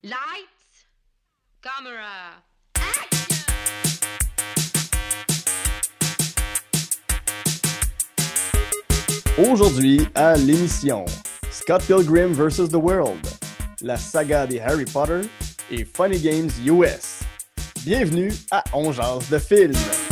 Lights, camera. Aujourd'hui, à l'émission, Scott Pilgrim vs. The World, la saga des Harry Potter et Funny Games US. Bienvenue à On jase de film.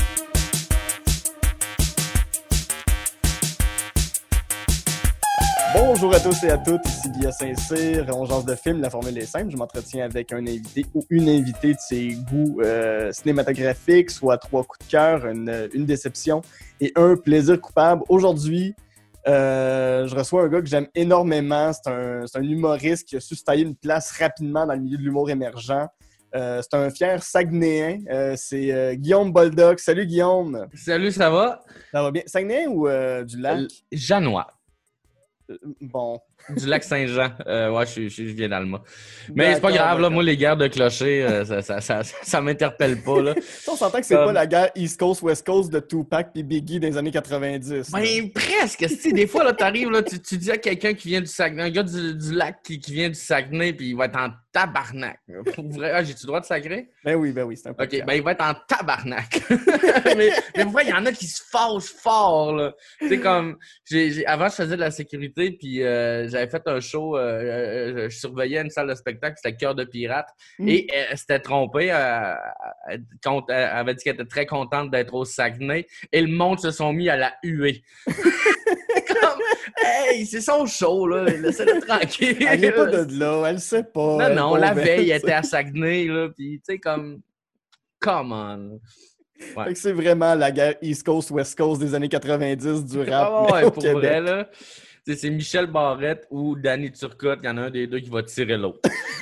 Bonjour à tous et à toutes, ici Guillaume Saint-Cyr, On jase de film, la formule est simple. Je m'entretiens avec un invité ou une invitée de ses goûts cinématographiques, soit 3 coups de cœur, une déception et un plaisir coupable. Aujourd'hui, je reçois un gars que j'aime énormément. C'est un humoriste qui a su se tailler une place rapidement dans le milieu de l'humour émergent. C'est un fier Saguenayen. C'est Guillaume Boldoc. Salut Guillaume. Salut, ça va? Ça va bien? Saguenayen ou du lac? Janois. Bon. Du lac Saint-Jean. Ouais, je viens d'Alma. Mais c'est pas grave, là, moi, les guerres de clocher, ça m'interpelle pas, là. On s'entend que c'est pas la guerre East Coast-West Coast de Tupac et Biggie des années 90. Ben, presque. Des fois, là, t'arrives, là, tu dis à quelqu'un qui vient du Saguenay, un gars du lac qui vient du Saguenay, puis il va être en tabarnak. Pour vrai, j'ai-tu le droit de sacrer? Ben oui, c'est un peu. OK, ben il va être en tabarnak. mais vous voyez, il y en a qui se fâchent fort, là. Tu sais, comme, avant, je faisais de la sécurité, puis j'avais fait un show, je surveillais une salle de spectacle, c'était Cœur de pirate, et elle s'était trompée, elle avait dit qu'elle était très contente d'être au Saguenay, et le monde se sont mis à la huer. Comme, hey, c'est son show, là, laissez-le tranquille. Elle n'est pas de là, elle sait pas. Non, la veille, elle était à Saguenay, là, puis tu sais, comme, come on. Ouais. Fait que c'est vraiment la guerre East Coast-West Coast des années 90 du rap ouais, au pour Québec. Vrai, là, c'est Michel Barrette ou Danny Turcotte, il y en a un des deux qui va tirer l'autre.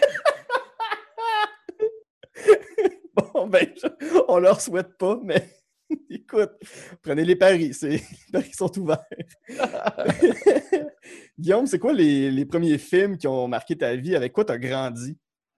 Bon, ben, on leur souhaite pas, mais écoute, prenez les paris, les paris sont ouverts. Guillaume, c'est quoi les premiers films qui ont marqué ta vie? Avec quoi tu as grandi?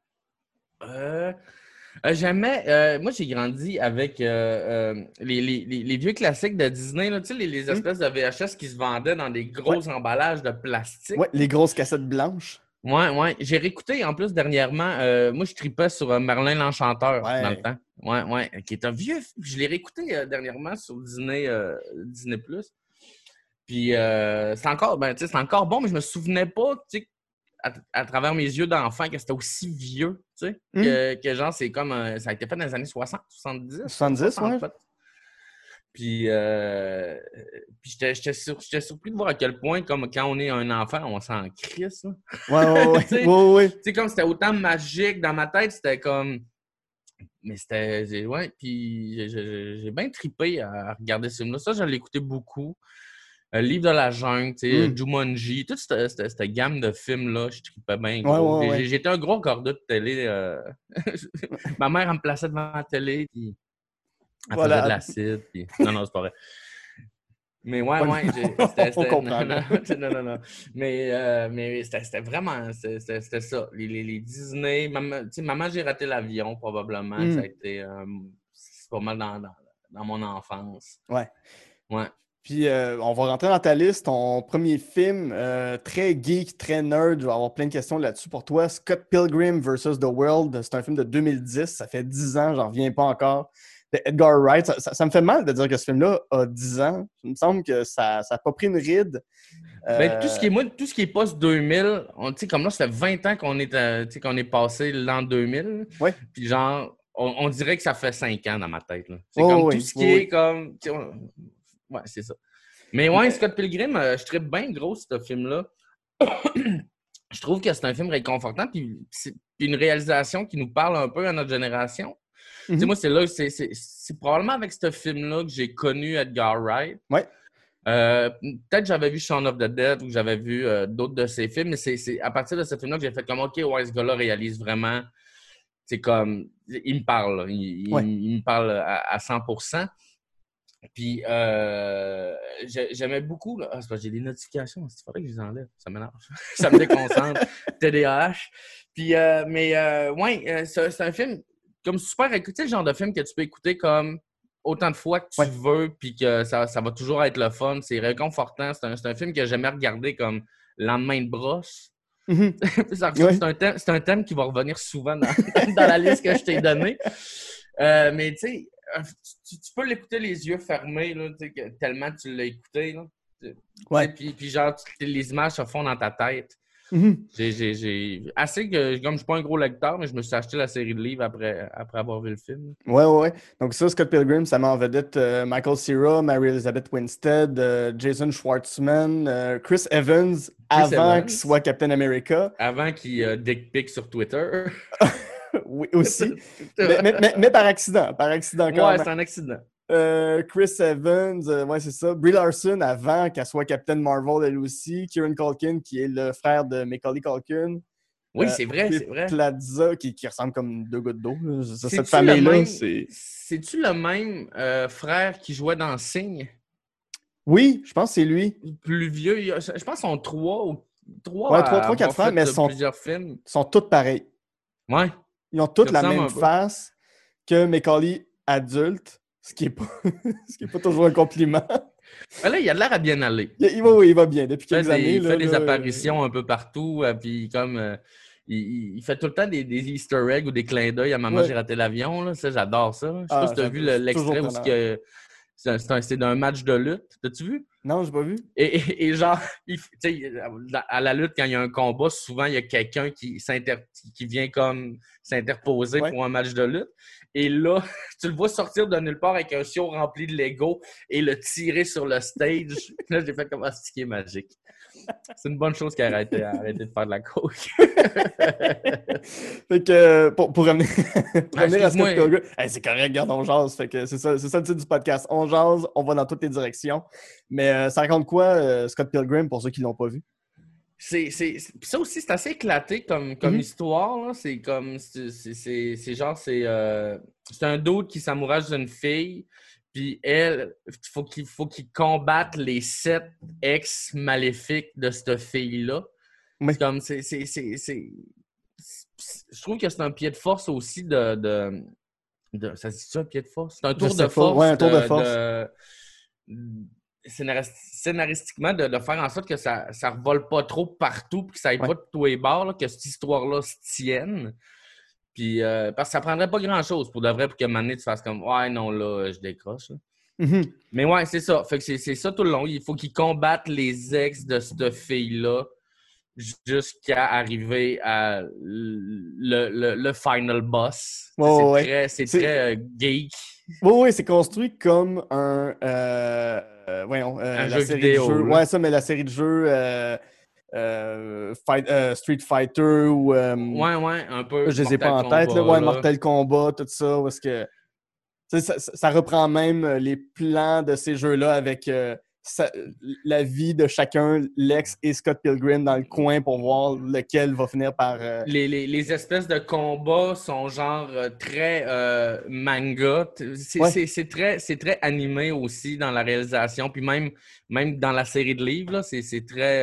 Moi, j'ai grandi avec les vieux classiques de Disney, là, tu sais, les espèces de VHS qui se vendaient dans des gros emballages de plastique. Ouais, les grosses cassettes blanches. Ouais. J'ai réécouté, en plus, dernièrement, moi, je tripais sur Merlin l'Enchanteur dans le temps. Ouais, qui est un vieux film. Je l'ai réécouté dernièrement sur Disney+. Puis, c'est encore bon, mais je me souvenais pas, tu sais, à travers mes yeux d'enfant, que c'était aussi vieux, tu sais, que genre, c'est comme, ça a été fait dans les années 60, 70. 70, ouais. Puis j'étais surpris de voir à quel point, comme quand on est un enfant, on s'en crisse. Ouais. Tu sais, comme c'était autant magique dans ma tête, c'était comme... Mais c'était... Ouais, puis j'ai bien trippé à regarder ce film-là. Ça, je l'ai écouté beaucoup. Livre de la jungle, tu sais, Jumanji, toute cette gamme de films-là, je trippais bien gros. Ouais. J'étais un gros cordeux de télé. Ma mère, elle me plaçait devant la télé, puis elle faisait de l'acide. Puis... Non, c'est pas vrai. Mais ouais, on comprend. Non. Mais c'était vraiment... C'était ça. Les Disney... Maman, j'ai raté l'avion, probablement. Ça a été... c'est pas mal dans mon enfance. Ouais. Ouais. Puis, on va rentrer dans ta liste. Ton premier film, très geek, très nerd. Je vais avoir plein de questions là-dessus pour toi. Scott Pilgrim vs. The World. C'est un film de 2010. Ça fait 10 ans, j'en reviens pas encore. De Edgar Wright. Ça me fait mal de dire que ce film-là a 10 ans. Il me semble que ça n'a pas pris une ride. Ben, tout ce qui est post-2000, tu sais, comme là, ça fait 20 ans qu'on est passé l'an 2000. Ouais. Puis genre, on dirait que ça fait 5 ans dans ma tête. Là. C'est comme tout ce qui est comme... Ouais, c'est ça. Mais ouais, Scott Pilgrim, je trippe bien gros ce film-là. Je trouve que c'est un film réconfortant, puis une réalisation qui nous parle un peu à notre génération. Tu sais, moi, c'est probablement avec ce film-là que j'ai connu Edgar Wright. Ouais. Peut-être que j'avais vu Shaun of the Dead ou que j'avais vu d'autres de ses films, mais c'est à partir de ce film-là que j'ai fait comme, OK, ouais, ce gars-là réalise vraiment, c'est comme, il me parle, là. Il me parle à 100%. Puis, j'aimais beaucoup, là. C'est parce que j'ai des notifications, il faudrait que je les enlève, ça m'énerve, ça me déconcentre, TDAH. Puis, c'est un film comme super écouté, le genre de film que tu peux écouter comme autant de fois que tu veux, puis que ça va toujours être le fun, c'est réconfortant. C'est un film que j'aimais regarder comme lendemain de brosse. Mhm. C'est un thème qui va revenir souvent dans, dans la liste que je t'ai donnée. Mais tu sais, tu peux l'écouter les yeux fermés, là, tellement tu l'as écouté. Là. Ouais. Puis genre, les images se font dans ta tête. Mhm. J'ai assez que, comme je suis pas un gros lecteur, mais je me suis acheté la série de livres après avoir vu le film. Ouais. Donc ça, Scott Pilgrim, ça met en vedette Michael Cera, Mary Elizabeth Winstead, Jason Schwartzman, Chris Evans, avant qu'il soit Captain America. Avant qu'il dick pic sur Twitter. Oui, aussi. mais par accident quand Ouais, même. c'est un accident. Chris Evans, ouais, c'est ça. Brie Larson, avant qu'elle soit Captain Marvel, elle aussi. Kieran Culkin, qui est le frère de Macaulay Culkin. Oui, c'est vrai, Aubrey c'est vrai. Plaza, qui ressemble comme deux gouttes d'eau. Cette C'est-tu famille-là, c'est... C'est-tu le même frère qui jouait dans Signe? Oui, je pense que c'est lui. Plus vieux. Je pense qu'ils sont trois Ouais, à trois, quatre avoir frères, fait mais plusieurs films. sont tous pareils. Ouais, Ils ont toutes ils la ressemblent même un peu. face que Macaulay adulte, ce qui est pas, ce qui est pas toujours un compliment. Mais là, il a l'air à bien aller. Il va bien. Depuis quelques années. Il fait des là, apparitions un peu partout, puis comme il fait tout le temps des Easter eggs ou des clins d'œil à Maman, Ouais. j'ai raté l'avion. Là. Ça, j'adore ça. Je sais pas si tu as vu c'est l'extrait toujours où prenant. c'est d'un match de lutte. T'as-tu vu? Non, j'ai pas vu. Et genre, à la lutte, quand il y a un combat, souvent, il y a quelqu'un qui vient comme s'interposer Ouais. pour un match de lutte. Et là, tu le vois sortir de nulle part avec un sion rempli de Lego et le tirer sur le stage. Là, j'ai fait comme un sticker magique. C'est une bonne chose qu'il a arrêté de faire de la coke. Fait que, pour revenir, pour revenir à Scott Excuse-moi. Pilgrim, hey, c'est correct, regarde, on jase. Fait que c'est ça le titre du podcast. On jase, on va dans toutes les directions. Mais ça raconte quoi, Scott Pilgrim, pour ceux qui l'ont pas vu? Ça aussi, c'est assez éclaté comme histoire. Là. C'est comme. C'est genre, c'est un dude qui s'amourage d'une fille. Puis elle, il faut qu'il combatte les 7 ex maléfiques de cette fille-là. Oui. C'est comme. Je trouve que c'est un pied de force aussi de ça se dit un pied de force? C'est un tour de force. Ouais, un tour de force. Scénaristiquement, de faire en sorte que ça ne revole pas trop partout puis que ça n'aille pas de tous les bords, là, que cette histoire-là se tienne. Puis, parce que ça prendrait pas grand-chose pour de vrai pour que Mané tu fasses comme « Ouais, non, là, je décroche. » Mais ouais, c'est ça. Fait que c'est ça tout le long. Il faut qu'ils combattent les ex de cette fille-là jusqu'à arriver à le final boss. C'est très geek. Oui, c'est construit comme un jeu vidéo. Ouais, ça, mais la série de jeux Street Fighter ou ouais, un peu. je les ai pas en tête, là. Ouais, Mortal Kombat, tout ça, parce que ça reprend même les plans de ces jeux-là avec la vie de chacun, Lex et Scott Pilgrim dans le coin pour voir lequel va finir par... Les espèces de combats sont genre très manga. C'est très animé aussi dans la réalisation. Puis même dans la série de livres, là, c'est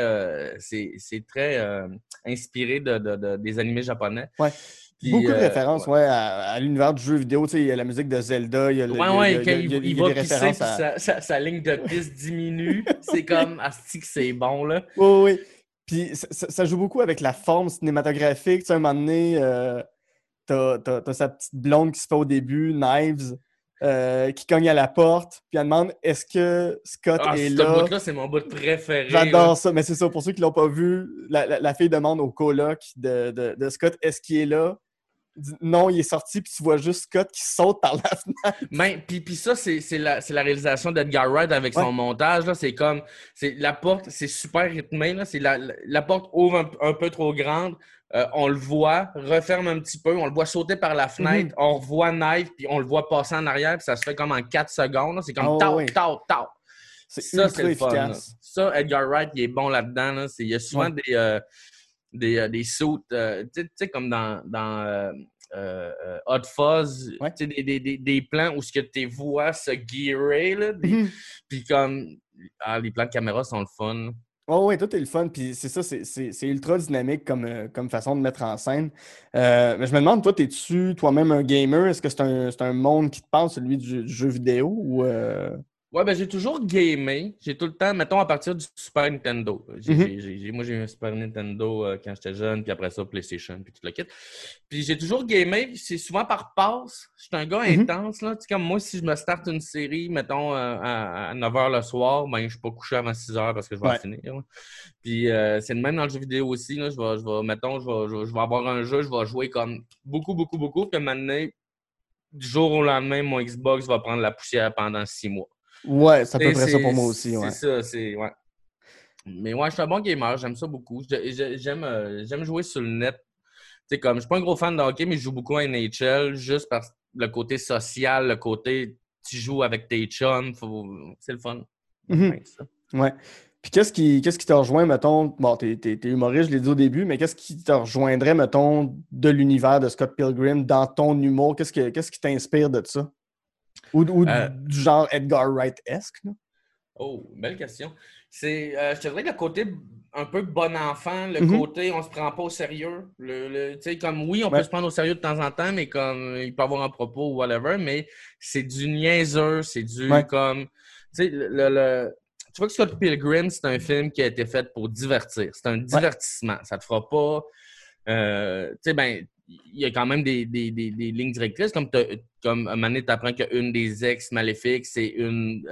très inspiré des animés japonais. Ouais. Puis, beaucoup de références à l'univers du jeu vidéo. Il y a la musique de Zelda, il y a, il va pisser, puis sa ligne de piste diminue. C'est comme, asti que c'est bon, là. Oui. Puis ça joue beaucoup avec la forme cinématographique. Tu sais, à un moment donné, t'as sa petite blonde qui se fait au début, Knives, qui cogne à la porte, puis elle demande est-ce que Scott est là. Ce bout-là, c'est mon bout préféré. J'adore ça, mais c'est ça. Pour ceux qui l'ont pas vu, la fille demande au coloc de Scott est-ce qu'il est là. Non, il est sorti, puis tu vois juste Scott qui saute par la fenêtre. Puis ça, c'est la réalisation d'Edgar Wright avec son montage. Là. C'est comme, la porte, c'est super rythmé. Là. La porte ouvre un peu trop grande. On le voit, referme un petit peu. On le voit sauter par la fenêtre. On revoit Knife, puis on le voit passer en arrière. Puis ça se fait comme en 4 secondes. Là. C'est comme tau. C'est ultra efficace. Fun, ça, Edgar Wright, il est bon là-dedans. Là. Il y a souvent des sauts, tu sais, comme dans Hot Fuzz, des plans où ce que tes voix se gearer, là, puis comme les plans de caméra sont le fun. Oui, tout est le fun, puis c'est ça, c'est ultra dynamique comme façon de mettre en scène. Mais je me demande, toi, t'es-tu toi-même un gamer? Est-ce que c'est un monde qui te parle, celui du jeu vidéo? Ou Ouais, ben j'ai toujours gamé. J'ai tout le temps, mettons, à partir du Super Nintendo. Moi, j'ai eu un Super Nintendo quand j'étais jeune, puis après ça, PlayStation, puis tout le kit. Puis j'ai toujours gamé, c'est souvent par passe. Je suis un gars intense, là. Tu sais, comme moi, si je me starte une série, mettons, à 9 h le soir, ben je suis pas couché avant 6 h parce que je vais la finir. Là. Puis c'est le même dans le jeu vidéo aussi, là. Mettons, je vais avoir un jeu, je vais jouer comme beaucoup, beaucoup, beaucoup, puis maintenant, du jour au lendemain, mon Xbox va prendre la poussière pendant 6 mois. Ouais, c'est à peu près ça pour moi aussi. C'est ça, c'est. Ouais. Mais ouais, je suis un bon gamer, j'aime ça beaucoup. J'aime jouer sur le net. Tu sais, comme je suis pas un gros fan de hockey, mais je joue beaucoup à NHL juste parce que le côté social, le côté tu joues avec tes chums, c'est le fun. Ouais. Puis qu'est-ce qui t'a rejoint, mettons, bon, t'es humoriste, je l'ai dit au début, mais qu'est-ce qui te rejoindrait, mettons, de l'univers de Scott Pilgrim dans ton humour? Qu'est-ce qui t'inspire de ça? Ou du genre Edgar Wright-esque? Là? Oh, belle question. Je te dirais que le côté un peu bon enfant, le côté on se prend pas au sérieux. Tu sais, comme oui, on peut se prendre au sérieux de temps en temps, mais comme il peut avoir un propos ou whatever, mais c'est du niaiseux, c'est du comme. Tu sais, tu vois que Scott Pilgrim, c'est un film qui a été fait pour divertir. C'est un divertissement. Ça te fera pas. Tu sais, ben, il y a quand même des lignes directrices. Comme un moment donné, tu apprends qu'une des ex maléfiques, c'est une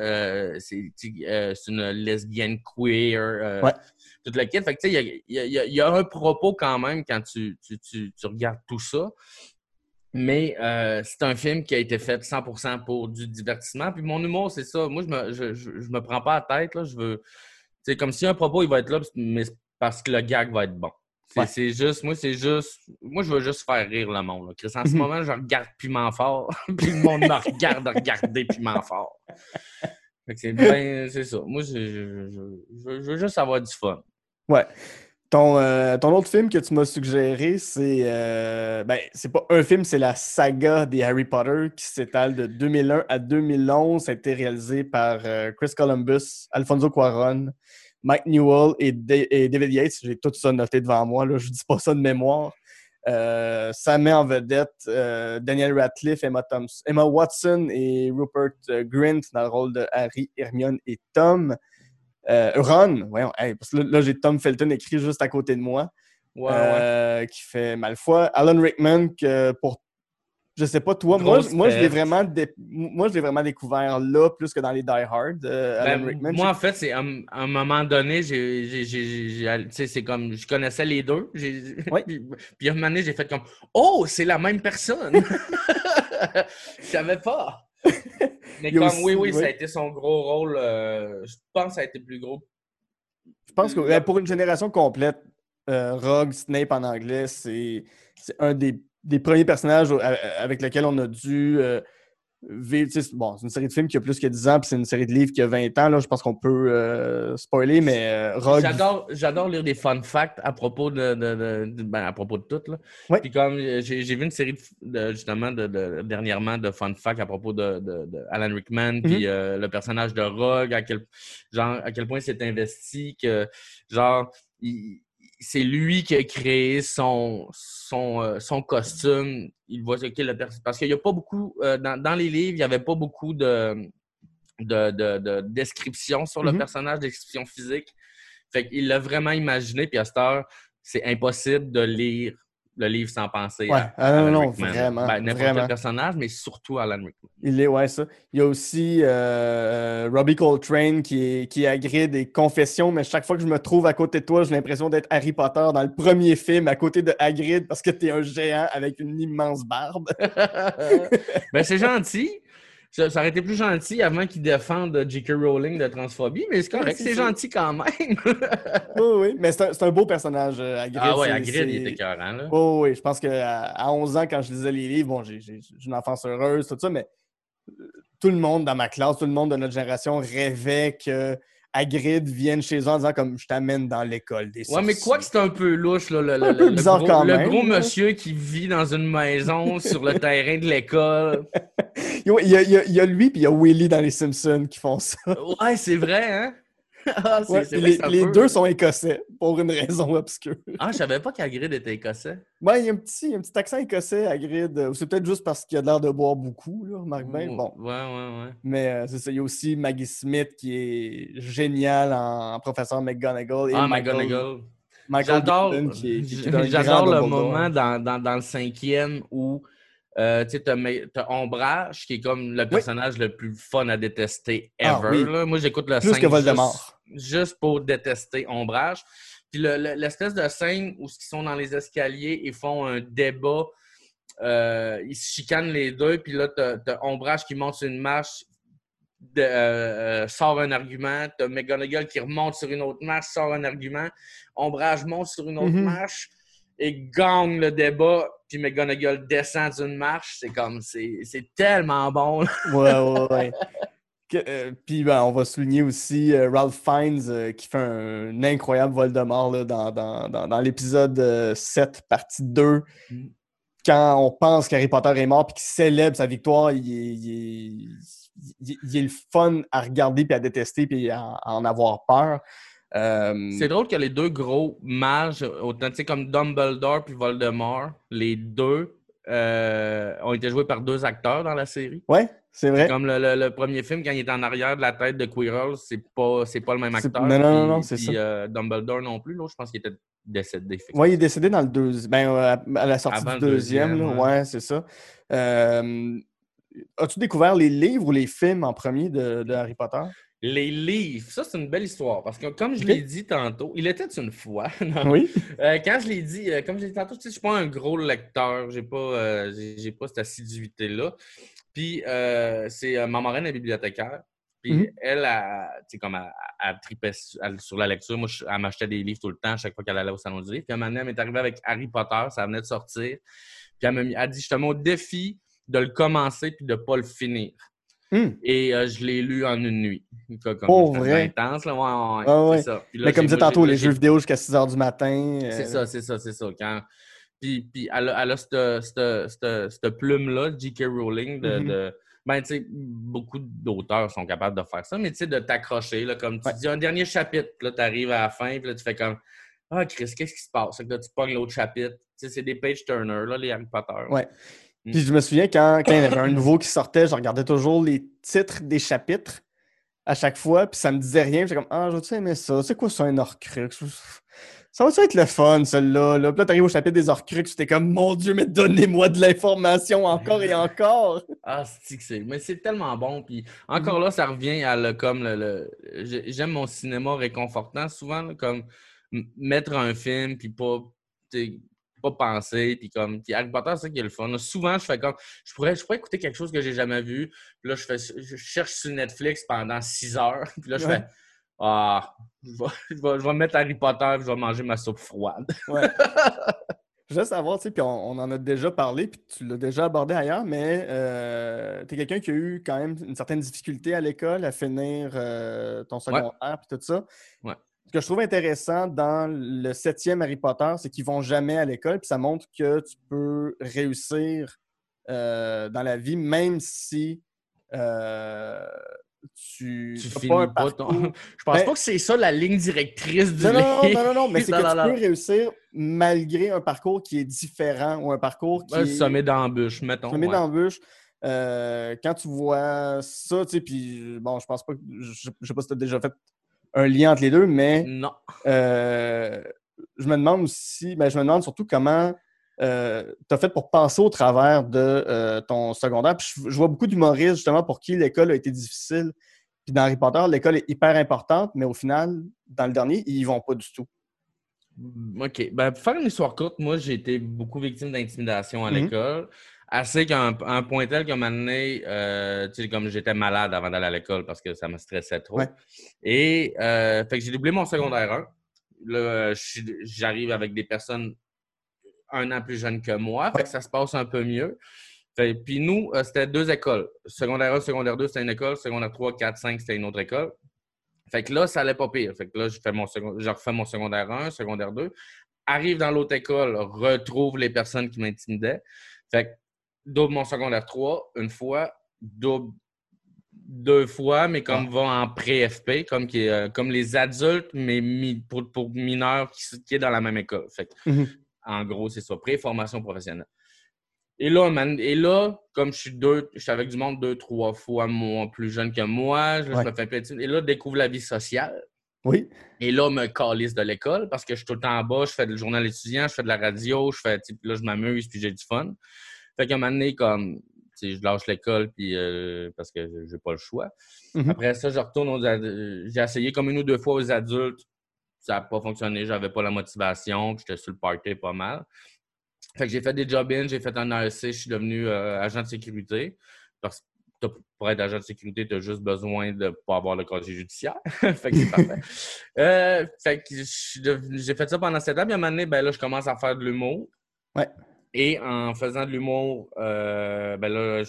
lesbienne queer. Tout le kit. Fait que, tu sais, il y a un propos quand même quand tu regardes tout ça. Mais c'est un film qui a été fait 100% pour du divertissement. Puis mon humour, c'est ça. Moi, je me prends pas la tête. Là. Je veux. C'est comme si un propos, il va être là, mais c'est parce que le gag va être bon. C'est juste, moi, je veux juste faire rire le monde. Là. Chris, en ce moment, je regarde Piment Fort, puis le monde me regarde regarder Piment Fort. Fait que c'est ça. Moi, je veux juste avoir du fun. Ouais. Ton autre film que tu m'as suggéré, c'est c'est pas un film, c'est la saga des Harry Potter qui s'étale de 2001 à 2011. Ça a été réalisé par Chris Columbus, Alfonso Cuarón, Mike Newell et David Yates. J'ai tout ça noté devant moi, là, je dis pas ça de mémoire. Ça met en vedette Daniel Radcliffe, Emma Watson et Rupert Grint dans le rôle de Harry, Hermione et Tom. Ron, voyons, parce que là, j'ai Tom Felton écrit juste à côté de moi, qui fait Malfoy. Alan Rickman, que pour, je sais pas toi, moi je l'ai vraiment découvert là, plus que dans les Die Hard. Alan Rickman. Moi, en fait, c'est à un moment donné, c'est comme, je connaissais les deux. Puis à un moment donné, j'ai fait comme, oh, c'est la même personne. Je savais pas. Mais comme aussi, ça a été son gros rôle. Je pense que ça a été plus gros. Je pense que pour une génération complète, Rogue, Snape en anglais, c'est un des premiers personnages avec lesquels on a dû vivre. Bon, c'est une série de films qui a plus que 10 ans, puis c'est une série de livres qui a 20 ans. Là, je pense qu'on peut spoiler, mais Rogue. J'adore lire des fun facts à propos à propos de tout. Là. Puis comme j'ai vu une série justement dernièrement de fun facts à propos de Alan Rickman, puis le personnage de Rogue, à quel point c'est investi que genre c'est lui qui a créé son costume. Il voit parce qu'il n'y a pas beaucoup dans les livres, il n'y avait pas beaucoup de description sur le personnage, description physique. Fait qu'il l'a vraiment imaginé, puis à cette heure, c'est impossible de lire le livre sans penser à Alan Rickman. Vraiment. N'importe quel personnage, mais surtout Alan Il Rickman. ça. Il y a aussi Robbie Coltrane qui est Hagrid des Confessions, mais chaque fois que je me trouve à côté de toi, j'ai l'impression d'être Harry Potter dans le premier film, à côté de Hagrid, parce que t'es un géant avec une immense barbe. Ben, c'est gentil. Ça aurait été plus gentil avant qu'ils défendent J.K. Rowling de transphobie, mais c'est correct, c'est gentil quand même. Oui, mais c'est un beau personnage, Hagrid. Ah ouais, Hagrid, il était écœurant, là. Oui, je pense qu'à 11 ans, quand je lisais les livres, bon, j'ai une enfance heureuse, tout ça, mais tout le monde dans ma classe, tout le monde de notre génération rêvait que Hagrid vienne chez eux en disant comme je t'amène dans l'école des sorciers. Ouais, mais quoi que c'est un peu louche, là, le gros monsieur qui vit dans une maison sur le terrain de l'école. Il y a lui puis il y a Willy dans les Simpsons qui font ça. Ouais, c'est vrai, hein? Ah, Ouais, c'est puis vrai que ça les peut. deux sont écossais, pour une raison obscure. Ah, je savais pas qu'Hagrid était écossais. Ouais, il y a un petit accent écossais à Grid. Ou c'est peut-être juste parce qu'il a l'air de boire beaucoup, là, remarque bien. Bon. Ouais. Mais c'est ça. Il y a aussi Maggie Smith qui est géniale en professeur McGonagall et Ah, McGonagall. Michael J'adore, Gambon qui est un grand j'adore le Dumbledore. moment dans le cinquième où tu sais, t'as Ombrage qui est comme le Oui. personnage le plus fun à détester Ah ever. oui. Là. Moi, j'écoute le Plus que 5 Voldemort. juste pour détester Ombrage. Puis l'espèce de scène où ils sont dans les escaliers et font un débat. Ils se chicanent les deux, puis là, t'as Ombrage qui monte sur une marche, sort un argument. T'as McGonagall qui remonte sur une autre marche, sort un argument. Ombrage monte sur une autre Mhm. marche et gagne le débat. Puis McGonagall descend d'une marche. C'est tellement bon. Ouais. Puis ben, on va souligner aussi Ralph Fiennes qui fait un incroyable Voldemort là, dans l'épisode 7, partie 2. Quand on pense qu'Harry Potter est mort puis qu'il célèbre sa victoire, il est le fun à regarder puis à détester puis à en avoir peur. C'est drôle que les deux gros mages, autant tu sais, comme Dumbledore puis Voldemort, les deux ont été joués par deux acteurs dans la série. Ouais, c'est C'est vrai. comme le premier film, quand il est en arrière de la tête de Quirrell, c'est pas le même acteur. Non, c'est ça. Puis Dumbledore non plus. Là, je pense qu'il était décédé. Fait que Ouais, il est décédé dans le deuxième. Ben, à la sortie avant du le deuxième, deuxième, là. ouais. Ouais, c'est ça. As-tu découvert les livres ou les films en premier de Harry Potter? Les livres, ça, c'est une belle histoire. Parce que, comme je OK. l'ai dit tantôt, il était une fois. Non. Oui. Quand je l'ai dit, comme je l'ai dit tantôt, tu sais, je suis pas un gros lecteur. J'ai pas cette assiduité-là. Puis, c'est ma marraine, la bibliothécaire. Puis, Mhm. elle, tu sais, comme elle tripait sur la lecture. Moi, elle m'achetait des livres tout le temps, à chaque fois qu'elle allait au salon du livre. Puis, à un moment donné, elle m'est arrivée avec Harry Potter. Ça venait de sortir. Puis, elle a dit justement au défi de le commencer puis de ne pas le finir. Et je l'ai lu en une nuit. Comme Pour j'étais vrai. intense, là. Ouais, Ah c'est ouais. ça. Puis là, Mais comme disait tantôt, les jeux vidéo jusqu'à 6 h du matin. c'est ça. Puis elle a cette plume-là, J.K. Rowling, Mhm. ben, tu sais, beaucoup d'auteurs sont capables de faire ça, mais tu sais, de t'accrocher, là, comme tu Ouais. dis, un dernier chapitre, puis là, tu arrives à la fin, puis là, tu fais comme, ah, Chris, qu'est-ce qui se passe? Fait que là, tu pognes l'autre chapitre. Tu sais, c'est des page-turners, là, les Harry Potter. Ouais. Mm. Puis je me souviens quand il y en avait un nouveau qui sortait, je regardais toujours les titres des chapitres à chaque fois, puis ça me disait rien. J'étais comme, ah, je aimer ça. C'est quoi ça, un Horcrux? Ça va-tu être le fun, celui-là? Là? Puis là, t'arrives au chapitre des Horcruxes, c'était comme, mon Dieu, mais donnez-moi de l'information encore et encore. Ah, mais c'est tellement bon. Puis encore Mhm. là, ça revient à comme j'aime mon cinéma réconfortant souvent, là, comme mettre un film puis tu sais, pas penser puis comme puis Harry Potter, c'est ça qui est le fun. Là, souvent, je fais comme je pourrais écouter quelque chose que j'ai jamais vu. Puis là, je cherche sur Netflix pendant 6 heures. Puis là, je fais Ouais, je vais mettre Harry Potter, puis je vais manger ma soupe froide. ouais. Je veux savoir, tu sais, puis on en a déjà parlé, puis tu l'as déjà abordé ailleurs, mais tu es quelqu'un qui a eu quand même une certaine difficulté à l'école à finir ton Ouais, secondaire, puis tout ça. ouais. Ce que je trouve intéressant dans le 7e Harry Potter, c'est qu'ils vont jamais à l'école, puis ça montre que tu peux réussir dans la vie, même si tu Tu n'as pas un finis pas ton. parcours. Je pense Ben, pas que c'est ça la ligne directrice du non, mais livre. c'est que tu peux réussir malgré un parcours qui est différent ou un parcours Un qui est sommet d'embûche, mettons, semé ouais. d'embûches. Quand tu vois ça, tu sais, puis bon, je pense pas que. Je sais pas si tu as déjà fait un lien entre les deux, mais Non. je me demande aussi, je me demande surtout comment tu as fait pour passer au travers de ton secondaire. Puis je vois beaucoup d'humoristes, justement, pour qui l'école a été difficile. Puis dans Harry Potter, l'école est hyper importante, mais au final, dans le dernier, ils y vont pas du tout. OK. Ben, pour faire une histoire courte, moi, j'ai été beaucoup victime d'intimidation à Mhm. l'école. Assez qu'à un point tel qu'à un moment donné, tu sais, comme j'étais malade avant d'aller à l'école parce que ça me stressait Ouais. trop. Et fait que j'ai doublé mon secondaire 1. Là, j'arrive avec des personnes un an plus jeunes que moi. Fait que ça se passe un peu mieux. Puis nous, c'était deux écoles. Secondaire 1, secondaire 2, c'était une école. Secondaire 3, 4, 5, c'était une autre école. Fait que là, ça allait pas pire. Fait que là, je refais mon secondaire 1, secondaire 2. Arrive dans l'autre école, retrouve les personnes qui m'intimidaient. Fait que double mon secondaire 3 une fois, double 2 fois, mais comme va en pré-FP, comme les adultes, mais pour mineurs qui est dans la même école. Fait que, en gros, c'est ça, pré-formation professionnelle. Et là, comme je suis avec du monde 2-3 fois plus jeune que moi, je me fais petit. Et là, je découvre la vie sociale. Oui. Et là, me calisse de l'école parce que je suis tout le temps en bas, je fais le journal étudiant, je fais de la radio, là, je m'amuse puis j'ai du fun. Fait qu'à un moment donné, comme, je lâche l'école puis, parce que j'ai pas le choix. Après ça, je retourne j'ai essayé comme 1 ou 2 fois aux adultes. Ça n'a pas fonctionné, j'avais pas la motivation, j'étais sur le party pas mal. Fait que j'ai fait des job-ins, j'ai fait un AEC, je suis devenu agent de sécurité. Parce que pour être agent de sécurité, tu as juste besoin de ne pas avoir le casier judiciaire. Fait que c'est parfait. Fait que j'ai fait ça pendant 7 ans. Puis à un moment donné, ben là, je commence à faire de l'humour. Ouais. Et en faisant de l'humour, ben là,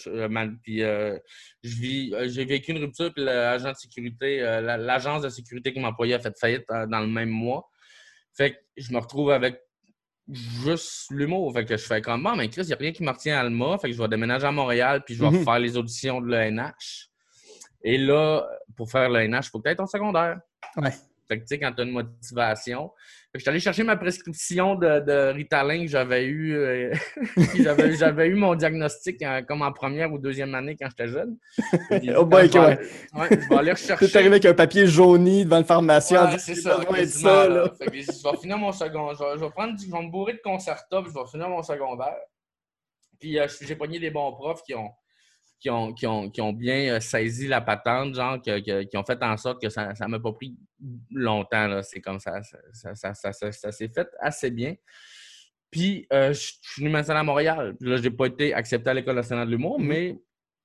j'ai vécu une rupture. Puis l'agent de sécurité, l'agence de sécurité qui m'employait a fait faillite dans le même mois. Fait que je me retrouve avec juste l'humour. Fait que je fais comme, bon, mais Chris, il n'y a rien qui me retient à Alma. Fait que je vais déménager à Montréal puis je vais faire les auditions de l'ENH. Et là, pour faire l'ENH, il faut que tu aies ton secondaire. Ouais. Fait que tu sais, quand tu as une motivation. Fait que je suis allé chercher ma prescription de Ritalin que j'avais eu. J'avais eu mon diagnostic comme en première ou deuxième année quand j'étais jeune. Oh boy, je vais aller rechercher. Tu es arrivé avec un papier jauni devant le pharmacien. C'est ça. Là. Fait que je vais finir mon secondaire. Je vais me bourrer de Concerta puis je vais finir mon secondaire. Puis j'ai pogné des bons profs qui ont bien saisi la patente, genre, qui ont fait en sorte que ça m'a pas pris longtemps. Là. C'est comme ça s'est fait assez bien. Puis, je suis venu m'installer à Montréal. Là, je n'ai pas été accepté à l'École nationale de l'humour, mais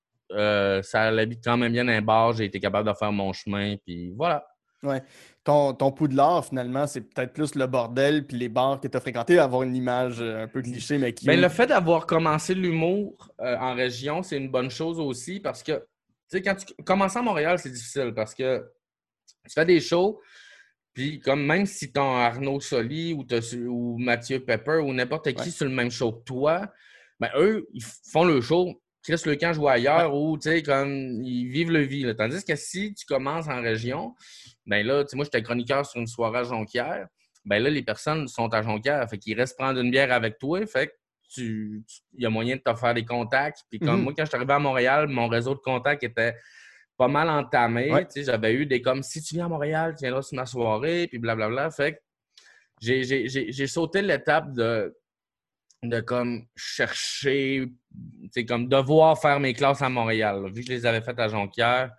ça allait quand même bien d'un bar. J'ai été capable de faire mon chemin, puis voilà. Ouais. Ton Poudlard, finalement, c'est peut-être plus le bordel puis les bars que tu as fréquentés, avoir une image un peu cliché, mais qui... Bien, le fait d'avoir commencé l'humour en région, c'est une bonne chose aussi parce que, tu sais, quand tu commences à Montréal, c'est difficile parce que tu fais des shows, puis comme même si tu as Arnaud Soli ou Mathieu Pepper ou n'importe qui sur le même show que toi, ben eux, ils font le show, Chris Lecan joue ailleurs ou, tu sais, comme ils vivent le vie. Là. Tandis que si tu commences en région, ben là, tu sais, moi, j'étais chroniqueur sur une soirée à Jonquière. Ben là, les personnes sont à Jonquière. Fait qu'ils restent prendre une bière avec toi. Fait que il y a moyen de te faire des contacts. Puis comme moi, quand je suis arrivé à Montréal, mon réseau de contacts était pas mal entamé. Tu sais, j'avais eu des comme, si tu viens à Montréal, tu viendras sur ma soirée, puis blablabla. Fait que j'ai sauté l'étape de comme chercher, tu sais, comme devoir faire mes classes à Montréal. Là. Vu que je les avais faites à Jonquière,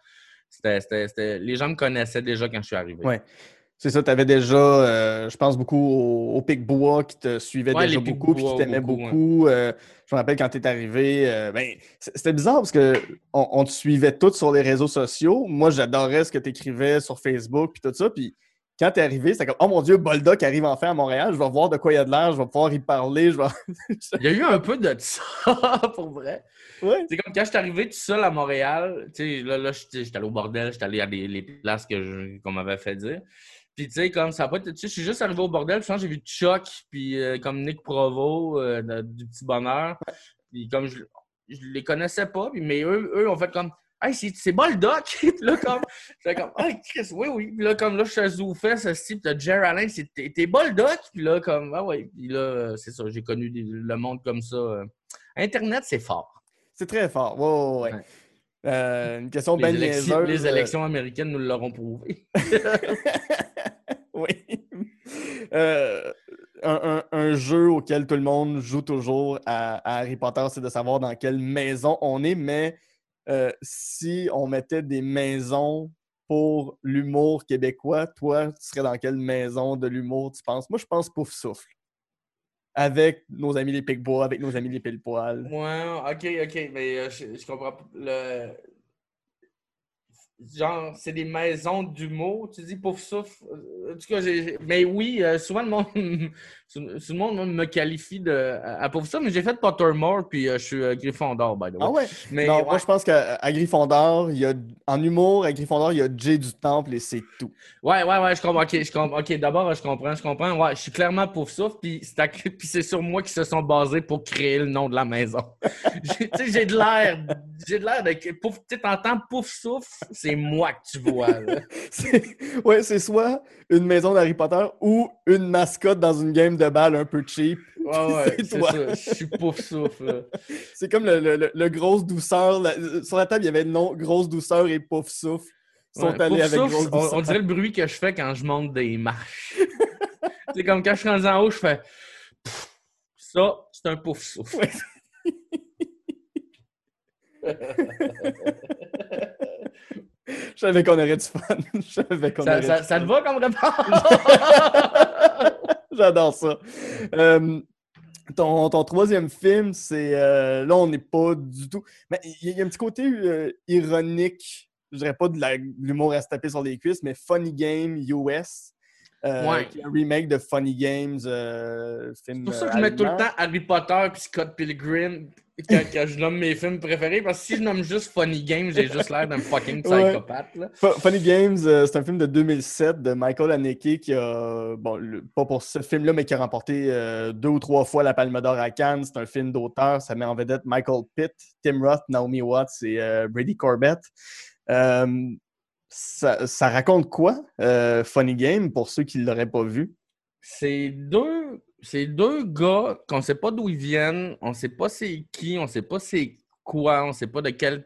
les gens me connaissaient déjà quand je suis arrivé. Ouais. C'est ça, tu avais déjà, je pense beaucoup au Pic-Bois qui te suivait déjà beaucoup, puis qui t'aimait beaucoup. Je me rappelle quand tu es arrivé, c'était bizarre parce qu'on te suivait tous sur les réseaux sociaux. Moi, j'adorais ce que tu écrivais sur Facebook, puis tout ça. Puis quand tu es arrivé, c'était comme, oh mon Dieu, Boldoc arrive enfin à Montréal, je vais voir de quoi il y a de l'air, je vais pouvoir y parler. Il y a eu un peu de ça, pour vrai. Ouais. C'est comme quand je suis arrivé tout seul à Montréal, tu sais, là j'étais allé au bordel, j'étais allé à les places qu'on m'avait fait dire. Puis, tu sais, comme ça n'a pas été. Tu sais, je suis juste arrivé au bordel, puis j'ai vu Chuck, puis comme Nick Provo, du Petit Bonheur. Puis, comme je les connaissais pas, puis, mais eux ont fait comme, hey, c'est Boldoc! Puis là, comme, j'étais comme, hey, Chris, oui. Puis là, comme là, je suis à Zoufest, puis t'as Jer Allen, t'es Boldoc! Puis là, comme, ah ouais. Puis là, c'est ça, j'ai connu le monde comme ça. Internet, c'est fort. C'est très fort, ouais. Une question bien niaiseuse. Les élections américaines nous l'auront prouvé. Oui. Un jeu auquel tout le monde joue toujours à Harry Potter, c'est de savoir dans quelle maison on est, mais si on mettait des maisons pour l'humour québécois, toi, tu serais dans quelle maison de l'humour, tu penses? Moi, je pense Pouf Souffle. Avec nos amis les Pic-Bois, avec nos amis les Pile-Poil. Ouais, OK, mais je comprends pas. Genre, c'est des maisons d'humour, tu dis Pouf Souffle. En tout cas, mais oui, souvent le monde me qualifie à Pouf Souffle, mais j'ai fait Pottermore, puis je suis Gryffondor, by the way. Ah ouais? Mais, non, moi je pense qu'à Gryffondor, en humour, à Gryffondor, il y a Jay du Temple et c'est tout. Ouais, je comprends. OK, d'abord, je comprends. Ouais, je suis clairement Pouf Souffle, puis c'est sur moi qu'ils se sont basés pour créer le nom de la maison. Tu sais, j'ai de l'air J'ai l'air de... Pouf, tu t'entends pouf souffle, c'est moi que tu vois, là. Ouais, c'est soit une maison d'Harry Potter ou une mascotte dans une game de balle un peu cheap. Ouais, C'est c'est toi. ça. Je suis pouf souffle, là. C'est comme le grosse douceur. Sur la table, il y avait non, grosse douceur et pouf souffle. Ils sont Ouais, allés pouf avec souffle, grosse douceur. on dirait le bruit que je fais quand je monte des marches. C'est comme quand je suis rendu en haut, je fais... Pff, ça, c'est un pouf souffle. Ouais. Je savais qu'on aurait du fun. Je savais qu'on aurait du Ça fun. te va comme réponse? J'adore ça. Ton troisième film, c'est... là, on n'est pas du tout... Mais il y a un petit côté ironique. Je dirais pas de l'humour à se taper sur les cuisses, mais Funny Game US. Ouais. Qui est un remake de Funny Games, film C'est pour ça que je mets tout le allemand. temps Harry Potter et Scott Pilgrim quand je nomme mes films préférés. Parce que si je nomme juste Funny Games, j'ai juste l'air d'un fucking psychopathe. Là. Funny Games, c'est un film de 2007 de Michael Haneke qui a, bon, pas pour ce film-là, mais qui a remporté 2 ou 3 fois la Palme d'Or à Cannes. C'est un film d'auteur. Ça met en vedette Michael Pitt, Tim Roth, Naomi Watts et Brady Corbett. Ça raconte quoi, Funny Game, pour ceux qui ne l'auraient pas vu? C'est deux gars qu'on ne sait pas d'où ils viennent, on ne sait pas c'est qui, on ne sait pas c'est quoi, on ne sait pas de quelle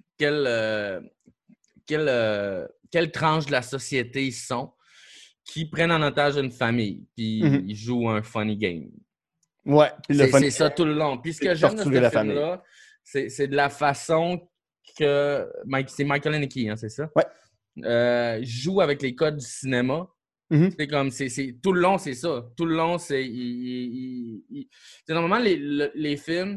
tranche de la société ils sont, qui prennent en otage une famille, puis ils jouent un funny game. Ouais, c'est ça tout le long. Puis ce que j'aime de ce film-là, c'est de la façon que... C'est Michael Haneke, hein, c'est ça? Ouais. Joue avec les codes du cinéma. C'est comme, tout le long, c'est ça. Tout le long, c'est... Normalement, les films,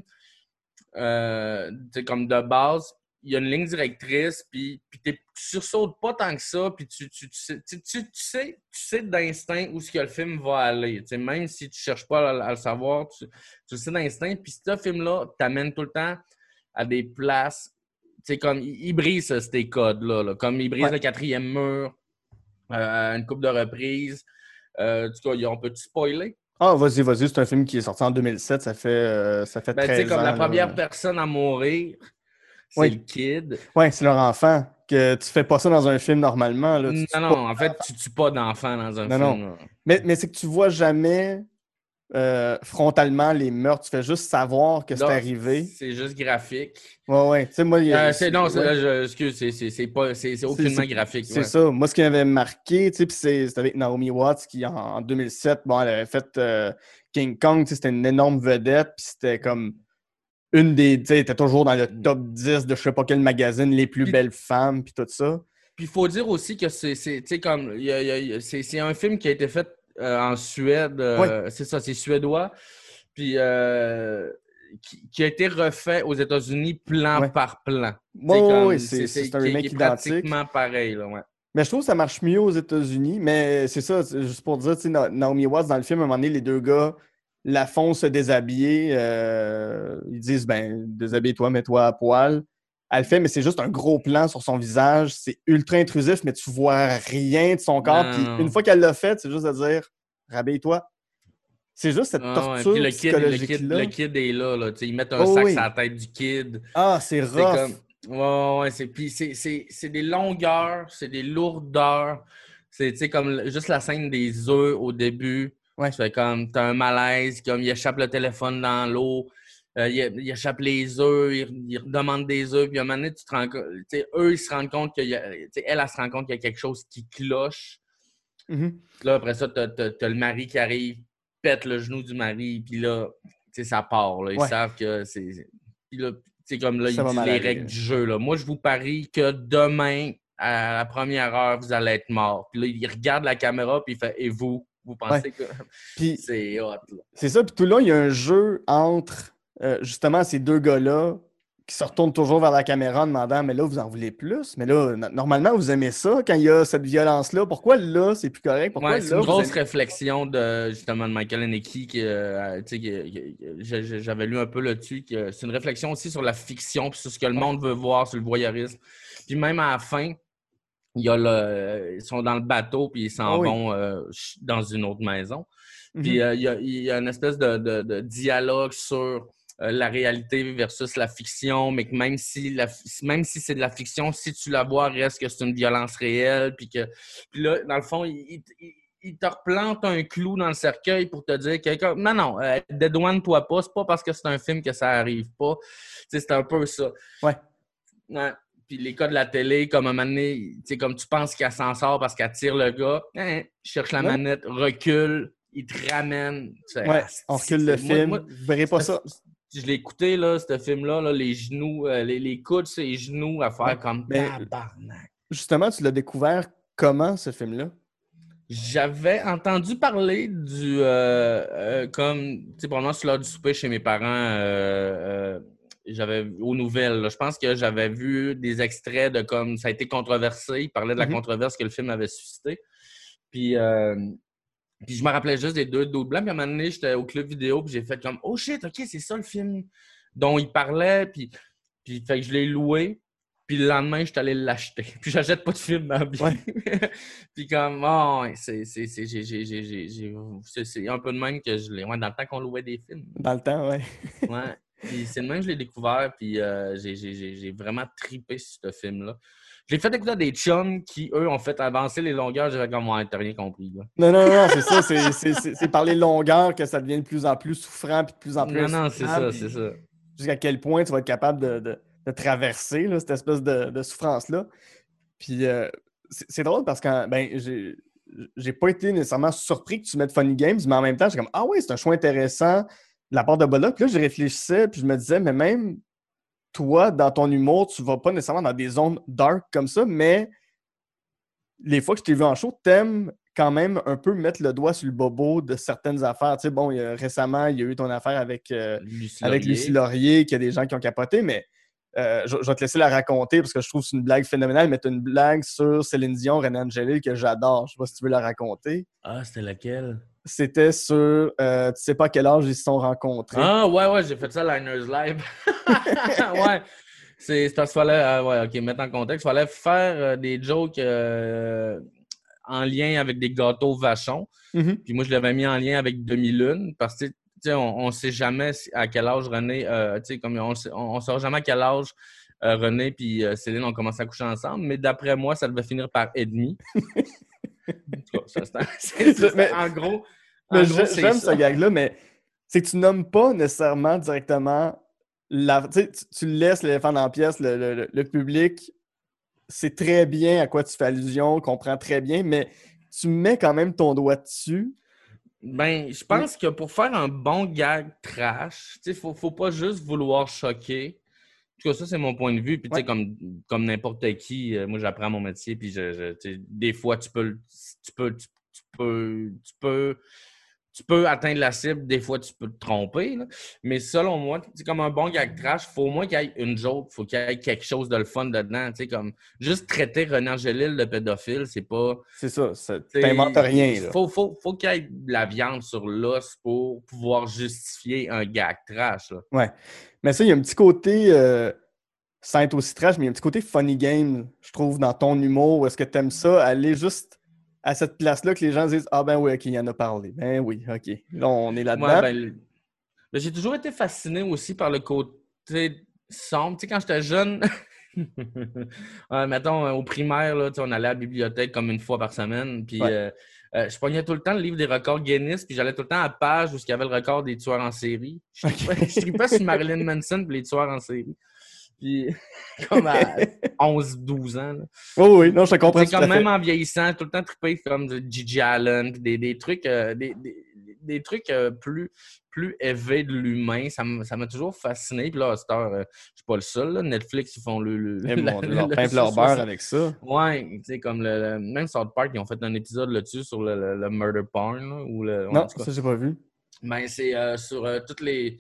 comme de base, il y a une ligne directrice, puis tu sursautes pas tant que ça, puis tu sais d'instinct où ce que le film va aller. T'sais, même si tu cherches pas à le savoir, tu le sais d'instinct. Puis ce film-là t'amène tout le temps à des places, comme il brise ces codes-là, là, comme il brise le 4e mur, une couple de reprises. En tout cas, on peut-tu spoiler? Ah, vas-y, c'est un film qui est sorti en 2007, ça fait 13 ans. Comme la première personne à mourir, c'est le kid. Oui, c'est leur enfant. Que tu fais pas ça dans un film normalement. Là. Non, en fait, tu tues pas d'enfants dans un film. Non. Mais c'est que tu vois jamais frontalement les meurtres. Tu fais juste savoir que c'est arrivé. C'est juste graphique. Ouais. Tu sais, moi, excuse, c'est aucunement graphique. C'est ça. Moi, ce qui m'avait marqué, tu sais, puis c'est avec Naomi Watts qui, en 2007, bon, elle avait fait King Kong, tu sais, c'était une énorme vedette, puis c'était comme une des, tu sais, elle était toujours dans le top 10 de je sais pas quel magazine, les plus belles femmes, puis tout ça. Puis il faut dire aussi que c'est un film qui a été fait en Suède, c'est ça, c'est suédois, puis qui a été refait aux États-Unis plan par plan. C'est un remake identique. Pratiquement pareil, là, ouais. Mais je trouve que ça marche mieux aux États-Unis, mais c'est ça, juste pour dire, tu sais, Naomi Watts, dans le film, à un moment donné, les deux gars la font se déshabiller, ils disent, déshabille-toi, mets-toi à poil. Elle le fait, mais c'est juste un gros plan sur son visage. C'est ultra intrusif, mais tu vois rien de son corps. Puis une fois qu'elle l'a fait, c'est juste de dire rhabille-toi. C'est juste cette torture psychologique-là. Le kid est là. Ils mettent un sac sur la tête du kid. Ah, c'est rough. Puis c'est des longueurs, c'est des lourdeurs. C'est comme juste la scène des œufs au début. Ouais. Tu fais comme, t'as un malaise, comme il échappe le téléphone dans l'eau. Il échappe les œufs, il redemande des œufs, puis à un moment donné, tu te rends compte, eux, ils se rendent compte elle se rend compte qu'il y a quelque chose qui cloche. Là, après ça, t'as le mari qui arrive, pète le genou du mari, puis là, ça part. Là, ils savent que c'est... Puis là, comme là, ils disent les règles du jeu. Là. Moi, je vous parie que demain, à la première heure, vous allez être mort. Puis là, il regarde la caméra, puis il fait « Et vous? Vous pensez que c'est hot? » C'est ça, puis tout là, il y a un jeu entre... justement, ces deux gars-là qui se retournent toujours vers la caméra en demandant « Mais là, vous en voulez plus? Mais là, normalement, vous aimez ça quand il y a cette violence-là. Pourquoi là, c'est plus correct? Pourquoi c'est une grosse réflexion justement de Michael Haneke. J'avais lu un peu là-dessus. C'est une réflexion aussi sur la fiction puis sur ce que le monde veut voir, sur le voyeurisme. Puis même à la fin, ils sont dans le bateau puis ils s'en vont dans une autre maison. Puis il y a une espèce de dialogue sur la réalité versus la fiction, mais que même si c'est de la fiction, si tu la vois, reste que c'est une violence réelle. Puis là, dans le fond, il te replante un clou dans le cercueil pour te dire que non, dédouane-toi pas, c'est pas parce que c'est un film que ça arrive pas. Tu sais, c'est un peu ça. Ouais. Puis les cas de la télé, comme à un moment donné, comme tu penses qu'elle s'en sort parce qu'elle tire le gars, cherche la manette, recule, il te ramène. On recule le film. Vous verrez pas ça. Je l'ai écouté, là, ce film-là, là, les genoux, les coudes sur les genoux à faire comme tabarnak. Justement, tu l'as découvert comment, ce film-là? J'avais entendu parler du... comme, tu sais, probablement sur l'heure du souper chez mes parents, j'avais aux nouvelles. Là, je pense que j'avais vu des extraits de comme ça a été controversé. Il parlait de la controverse que le film avait suscité. Puis je me rappelais juste des deux dos blancs. Puis à un moment donné, j'étais au club vidéo. Puis j'ai fait comme oh shit, ok, c'est ça le film dont il parlait. Puis fait que je l'ai loué. Puis le lendemain, je suis allé l'acheter. Puis j'achète pas de film dans la vie. Ouais. Puis comme c'est un peu de même que je l'ai. Ouais, dans le temps qu'on louait des films. Dans le temps, ouais. Ouais. Puis c'est le même que je l'ai découvert, puis j'ai vraiment tripé sur ce film-là. Je l'ai fait écouter à des chums qui, eux, ont fait avancer les longueurs. J'avais comme, ouais, t'as rien compris, là. Non, c'est ça. C'est par les longueurs que ça devient de plus en plus souffrant, puis de plus en plus... Non, c'est ça. Jusqu'à quel point tu vas être capable de traverser là, cette espèce de souffrance-là. Puis c'est drôle parce que j'ai pas été nécessairement surpris que tu mettes Funny Games, mais en même temps, j'ai comme, ah oui, c'est un choix intéressant de la part de Bola. Puis là, je réfléchissais, puis je me disais, mais même toi, dans ton humour, tu vas pas nécessairement dans des zones dark comme ça, mais les fois que je t'ai vu en show, t'aimes quand même un peu mettre le doigt sur le bobo de certaines affaires. Tu sais, bon, récemment, il y a eu ton affaire avec Lucie Laurier, qu'il y a des gens qui ont capoté, mais je vais te laisser la raconter parce que je trouve que c'est une blague phénoménale, mais tu as une blague sur Céline Dion, René Angélil que j'adore. Je sais pas si tu veux la raconter. Ah, c'était laquelle? C'était sur tu sais pas à quel âge ils se sont rencontrés. Ah, ouais, j'ai fait ça à Liners Live. Ouais. C'est parce qu'il fallait, mettre en contexte, il fallait faire des jokes en lien avec des gâteaux vachons. Mm-hmm. Puis moi, je l'avais mis en lien avec Demi-Lune parce que, tu sais, on ne sait jamais à quel âge René, tu sais, comme on ne saura jamais à quel âge René puis Céline ont commencé à coucher ensemble, mais d'après moi, ça devait finir par et demi. En gros, j'aime ce gag-là, mais c'est que tu nommes pas nécessairement directement tu laisses l'éléphant dans la pièce, le public sait très bien à quoi tu fais allusion, comprend très bien, mais tu mets quand même ton doigt dessus. Ben, je pense que pour faire un bon gag trash, tu sais, faut pas juste vouloir choquer. En tout cas, ça, c'est mon point de vue. Puis, tu sais, comme n'importe qui, moi, j'apprends mon métier. Puis, des fois, tu peux atteindre la cible. Des fois, tu peux te tromper. Là. Mais selon moi, c'est comme un bon gag trash. Il faut au moins qu'il y ait une joke. Il faut qu'il y ait quelque chose de le fun dedans. Tu sais, comme juste traiter René Angélil de pédophile, c'est pas... C'est ça. T'inventes rien. Il faut qu'il y ait de la viande sur l'os pour pouvoir justifier un gag trash. Là. Ouais. Mais ça, il y a un petit côté... sans être aussi trash, mais il y a un petit côté funny game, je trouve, dans ton humour. Est-ce que tu aimes ça, aller juste à cette place-là que les gens disent « Ah ben oui, OK, il en a parlé. Ben oui, OK. Là, on est là-dedans. » Ben, j'ai toujours été fasciné aussi par le côté sombre. Tu sais, quand j'étais jeune, mettons, au primaire, là, on allait à la bibliothèque comme une fois par semaine. Puis je pognais tout le temps le livre des records Guinness. Puis j'allais tout le temps à la page où il y avait le record des tueurs en série. Je tripais sur Marilyn Manson et les tueurs en série. Puis, comme à 11-12 ans. Là. Oh oui, non, je te comprends. C'est comme même en vieillissant, tout le temps trippé comme Gigi Allen, des trucs, des trucs plus élevés de l'humain. Ça m'a toujours fasciné. Puis là, à cette heure, je suis pas le seul. Là. Netflix, ils font leur pain leur beurre avec ça. Ouais, tu sais, comme même South Park, ils ont fait un épisode là-dessus sur le murder porn. Là, ou non, ça, j'ai pas vu. Ben, c'est sur toutes les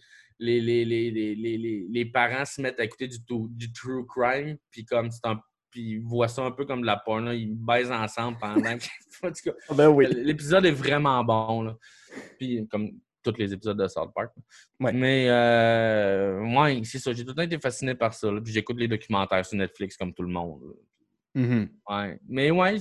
parents se mettent à écouter du true crime, puis comme puis ils voient ça un peu comme de la porn, là. Ils baisent ensemble pendant en tout cas, ben oui. L'épisode est vraiment bon, là. Puis comme tous les épisodes de South Park. Ouais. Mais ouais, c'est ça, j'ai tout le temps été fasciné par ça, là. Puis j'écoute les documentaires sur Netflix comme tout le monde. Mm-hmm. Ouais. Mais ouais,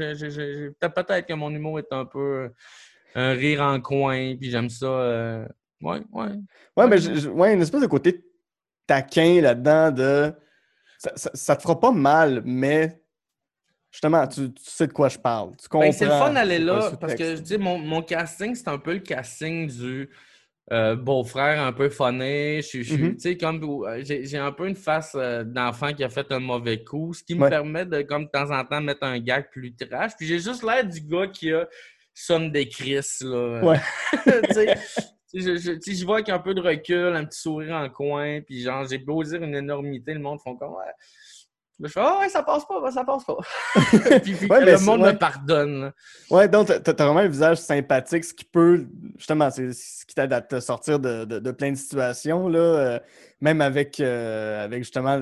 peut-être que mon humour est un peu un rire en coin, puis j'aime ça Ouais. Ouais, mais ouais, une espèce de côté taquin là-dedans de... Ça te fera pas mal, mais justement, tu sais de quoi je parle. Tu Ben, c'est le fun comprends d'aller c'est quoi le là parce sous-texte. que, tu sais, mon casting, c'est un peu le casting du beau-frère un peu funné. Tu Mhm. sais, comme j'ai un peu une face d'enfant qui a fait un mauvais coup, ce qui me Ouais. permet de, comme de temps en temps, mettre un gag plus trash. Puis j'ai juste l'air du gars qui a somme des crises, là. Ouais. Tu sais, je vois avec un peu de recul, un petit sourire en coin, puis genre, j'ai beau dire une énormité, le monde font comme, ouais. Je fais, ah ouais, ça passe pas, ça passe pas. puis Ouais, mais le monde me ouais. pardonne, là. Ouais, donc t'as vraiment un visage sympathique, ce qui peut, justement, c'est ce qui t'aide à te sortir de plein de situations, là, même avec justement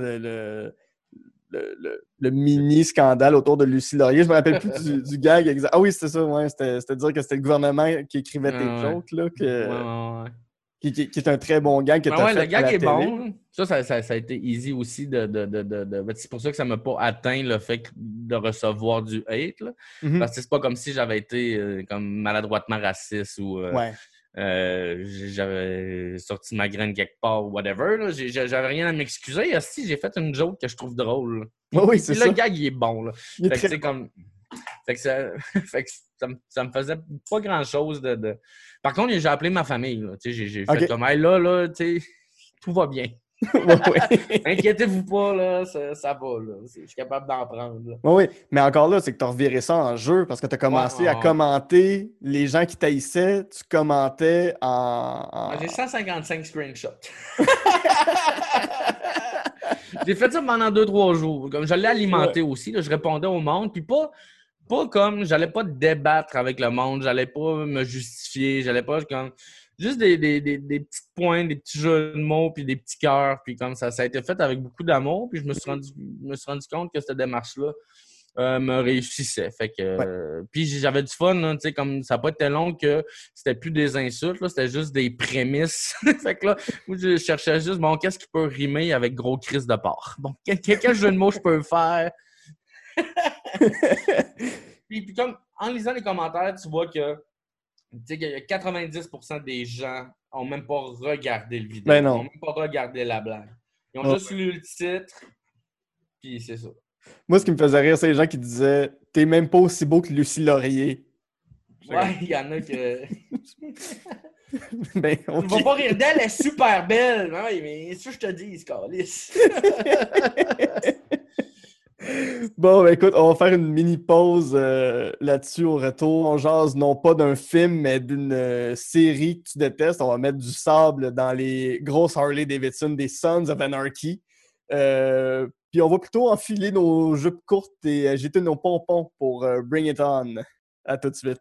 le mini-scandale autour de Lucie Laurier. Je me rappelle plus du gag exact. Ah oui, c'était ça, ouais, c'était dire que c'était le gouvernement qui écrivait tes Ouais. jokes, là, Ouais. qui est un très bon gag que Ben t'as ouais, le fait à gag la est télé. bon. Ça a été easy aussi ben, c'est pour ça que ça m'a pas atteint le fait de recevoir du hate. Là. Mhm. Parce que c'est pas comme si j'avais été comme maladroitement raciste ou Ouais. j'avais sorti ma graine quelque part ou whatever. Là. J'avais rien à m'excuser. Si j'ai fait une joke que je trouve drôle. Là. Oui, oui, c'est Puis le ça. gag, il est bon. Là. Il est Fait que très c'est bon. comme. Fait que ça me faisait pas grand-chose de. Par contre, j'ai appelé ma famille. Là. J'ai fait OK. comme, hey, là, tu sais, tout va bien. Ouais, ouais. Inquiétez-vous pas, là, ça va. Là. Je suis capable d'en prendre. Là. Oui, oui, mais encore là, c'est que tu as reviré ça en jeu parce que tu as commencé à Ouais. commenter les gens qui t'haïssaient, tu commentais J'ai 155 screenshots. J'ai fait ça pendant 2-3 jours. Comme je l'ai Ouais. alimenté aussi. Là, je répondais au monde. Puis pas comme, j'allais pas débattre avec le monde, j'allais pas me justifier, j'allais pas comme. Juste des petits points, des petits jeux de mots, puis des petits cœurs. Puis comme ça a été fait avec beaucoup d'amour. Puis je me suis rendu compte que cette démarche-là me réussissait. Fait que, Ouais. puis j'avais du fun, tu sais, comme ça n'a pas été long que c'était plus des insultes, là, c'était juste des prémices. Fait que là, moi, je cherchais juste, bon, qu'est-ce qui peut rimer avec gros crise de porc? Bon, quel jeu de mots je peux faire? Puis comme en lisant les commentaires, tu vois que tu sais qu'il y a 90% des gens n'ont même pas regardé le Ben vidéo, n'ont non. même pas regardé la blague. Ils ont Ouais. juste lu le titre, puis c'est ça. Moi, ce qui me faisait rire, c'est les gens qui disaient t'es même pas aussi beau que Lucie Laurier. J'étais Ouais, il y en a que. comme, ben, Tu vas OK. pas rire d'elle, elle est super belle. Ouais, mais ça, je te dis, Scarlis. Bon, ben écoute, on va faire une mini pause là-dessus au retour. On jase non pas d'un film, mais d'une série que tu détestes. On va mettre du sable dans les grosses Harley Davidson des Sons of Anarchy. Puis on va plutôt enfiler nos jupes courtes et agiter nos pompons pour Bring It On. À tout de suite.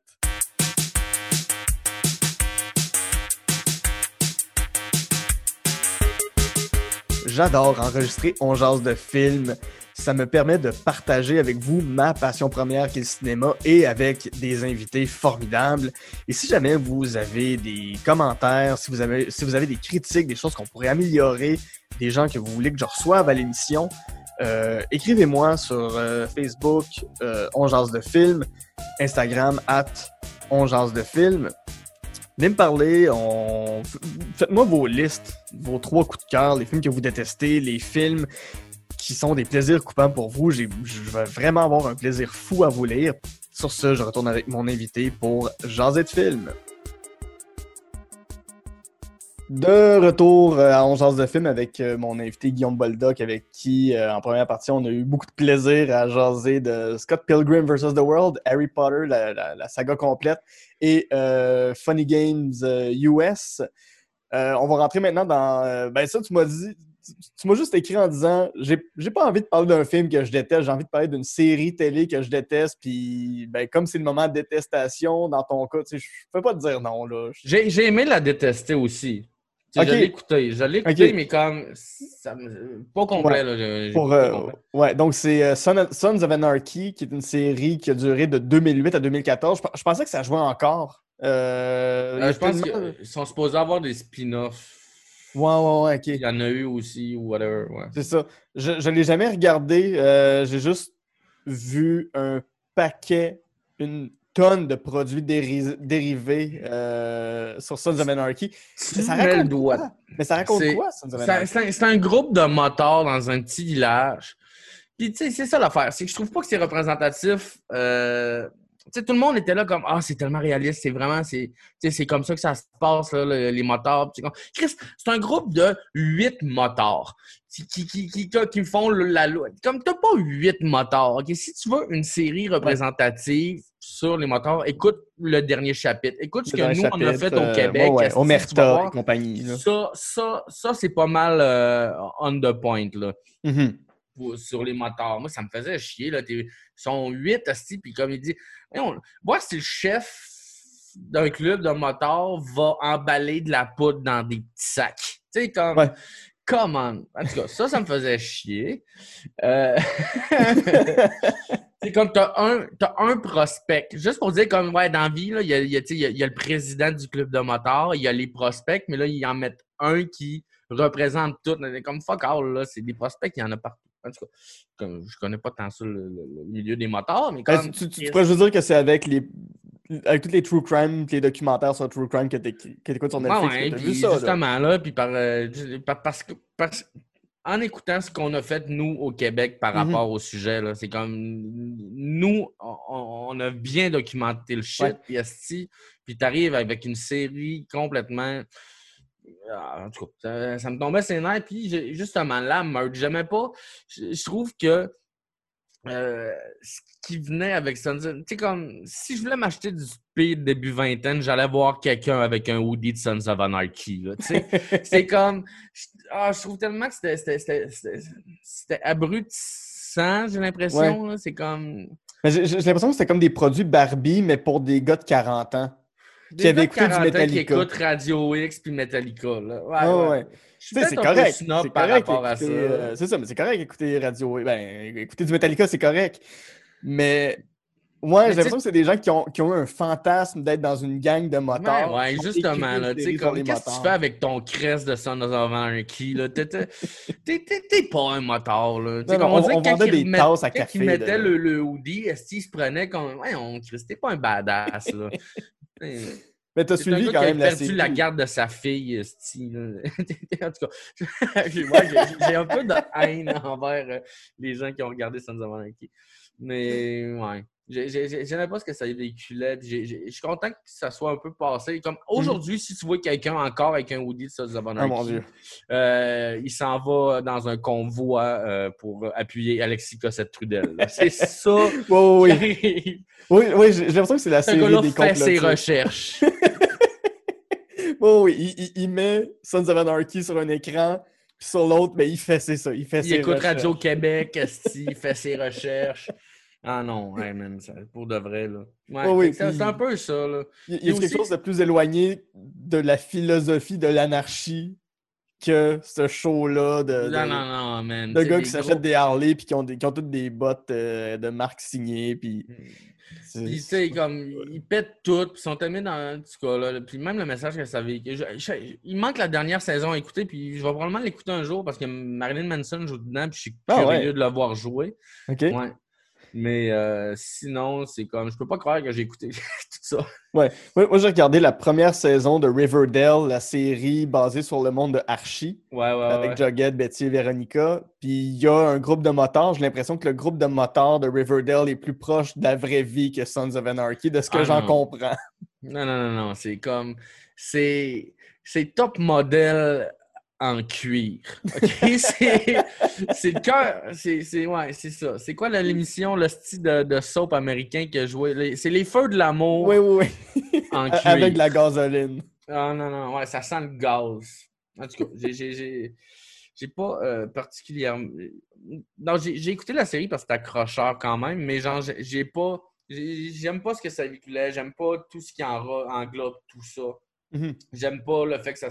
J'adore enregistrer On jase de films. Ça me permet de partager avec vous ma passion première qui est le cinéma et avec des invités formidables. Et si jamais vous avez des commentaires, si vous avez des critiques, des choses qu'on pourrait améliorer, des gens que vous voulez que je reçoive à l'émission, écrivez-moi sur Facebook On jase de film, Instagram @On jase de film. Venez me parler, faites-moi vos listes, vos 3 coups de cœur, les films que vous détestez, les films qui sont des plaisirs coupants pour vous. Je vais vraiment avoir un plaisir fou à vous lire. Sur ce, je retourne avec mon invité pour jaser de films. De retour à On jase de film avec mon invité Guillaume Boldoc, avec qui, en première partie, on a eu beaucoup de plaisir à jaser de Scott Pilgrim vs. The World, Harry Potter, la saga complète, et Funny Games US. On va rentrer maintenant dans... ben ça, tu m'as juste écrit en disant j'ai pas envie de parler d'un film que je déteste, j'ai envie de parler d'une série télé que je déteste, puis ben, comme c'est le moment de détestation, dans ton cas, je peux pas te dire non. Là. J'ai aimé la détester aussi. Ok. Je l'ai écouté, Ok. mais comme pas complet. Ouais. Là, j'ai Pour, pas écouté complet. ouais, donc c'est Sons of Anarchy, qui est une série qui a duré de 2008 à 2014. Je pensais que ça jouait encore. Il y a Je pense tellement... qu'ils sont supposés avoir des spin-offs. Ouais, ok. Il y en a eu aussi, ou whatever. Ouais. C'est ça. Je ne l'ai jamais regardé. J'ai juste vu un paquet, une tonnes de produits dérivés sur Sons of Anarchy. Ça raconte quoi? Mais ça raconte quoi, Sons of Anarchy? C'est un groupe de motards dans un petit village. Puis, tu sais, c'est ça l'affaire. C'est que je trouve pas que c'est représentatif. Tu sais, tout le monde était là comme « Ah, c'est tellement réaliste. C'est vraiment... C'est comme ça que ça se passe, là, les motards. » Chris, c'est un groupe de 8 motards qui font la loi. Comme t'as pas 8 motards. Okay? Si tu veux une série représentative sur les motards, écoute le dernier chapitre. Écoute ce que nous, on a fait au Québec. Omerta et compagnie. Là. Ça c'est pas mal on the point, là. Mm-hmm. Sur les motards. Moi, ça me faisait chier. Là. Ils sont 8, hostie, puis comme il dit, voir si le chef d'un club de motards va emballer de la poudre dans des petits sacs. Tu sais, comme... Ouais. Come on! En tout cas, ça me faisait chier. C'est comme t'as un prospect. Juste pour dire, comme, ouais, dans la vie, il y a le président du club de motards, il y a les prospects, mais là, ils en mettent un qui représente tout. Comme fuck all, là, c'est des prospects, il y en a partout. En tout cas, comme, je connais pas tant ça le milieu des motards, mais comme... Tu pourrais juste dire que c'est avec tous les true crime, les documentaires sur true crime que t'écoutes sur Netflix. Ouais, t'as puis vu ça, justement là, puis parce que en écoutant ce qu'on a fait nous au Québec par rapport au sujet, là, c'est comme nous, on a bien documenté le shit, puis t'arrives avec une série complètement. En tout cas, ça me tombait ses nerfs, puis justement là, meurtre, j'aimais pas. Je trouve que ce qui venait avec ça, tu sais, comme si je voulais m'acheter du speed début vingtaine, j'allais voir quelqu'un avec un hoodie de Sons of Anarchy. Tu sais, c'est comme. Je trouve tellement que c'était abrutissant, j'ai l'impression. Ouais. C'est comme. Mais j'ai l'impression que c'était comme des produits Barbie, mais pour des gars de 40 ans. Qui avaient écouté du Metallica. Qui écoutent Radio X puis Metallica. Là. Ouais. C'est correct. C'est correct par rapport à ça. C'est ça, mais c'est correct écouter Radio X. Ben, écouter du Metallica, c'est correct. Mais ouais, j'ai l'impression que c'est des gens qui ont eu un fantasme d'être dans une gang de motards. Ouais, justement. Là, qu'est-ce que tu fais avec ton crest de Sons of Anarchy? T'es pas un motard. Là. Non, on vendait des tasses à café. Quand ils mettaient le hoodie, ils se prenaient comme... Ouais, t'es pas un badass. Là. Mais t'as suivi quand même la série. Il a perdu la garde de sa fille, Steve. En tout cas, j'ai un peu de haine envers les gens qui ont regardé Sons of Anarchy. Mais, ouais. J'aimais pas ce que ça véhiculait. Je suis content que ça soit un peu passé. Comme aujourd'hui, si tu vois quelqu'un encore avec un hoodie de Sons of Anarchy, mon Dieu. Il s'en va dans un convoi pour appuyer Alexis Cossette-Trudel. C'est ça. Oui, j'ai l'impression que c'est la série des complotistes. Fait ses recherches. Oui, il met Sons of Anarchy sur un écran, puis sur l'autre, mais il fait ça. Il écoute Radio-Québec, il fait ses recherches. Ah non, hey man, pour de vrai, là. Ouais, c'est un peu ça, là. Il y a quelque chose de plus éloigné de la philosophie de l'anarchie que ce show-là non, man. De gars qui s'achètent des Harley puis qui ont toutes des bottes de marque signées, puis... Puis, tu sais, comme, ils pètent tout, puis ils sont aimés dans tout cas, là. Puis même le message que ça véhicule. Il manque la dernière saison à écouter, puis je vais probablement l'écouter un jour parce que Marilyn Manson joue dedans, puis je suis curieux de le voir jouer. OK. Ouais. Mais sinon, c'est comme... Je peux pas croire que j'ai écouté tout ça. Ouais. Moi, j'ai regardé la première saison de Riverdale, la série basée sur le monde de Archie. Avec Jughead, Betty et Veronica. Puis il y a un groupe de motards. J'ai l'impression que le groupe de motards de Riverdale est plus proche de la vraie vie que Sons of Anarchy, de ce que j'en comprends. Non. C'est comme... C'est top modèle en cuir. OK? C'est le cœur. C'est ça. C'est quoi l'émission, le style de soap américain qui a joué? C'est les Feux de l'amour. Oui. En cuir. Avec de la gasoline. Ah non. Ouais, ça sent le gaz. En tout cas, j'ai pas particulièrement... Non, j'ai écouté la série parce que c'est accrocheur quand même, mais genre, j'aime pas ce que ça véhiculait. J'aime pas tout ce qui englobe tout ça. Mm-hmm. J'aime pas le fait que ça...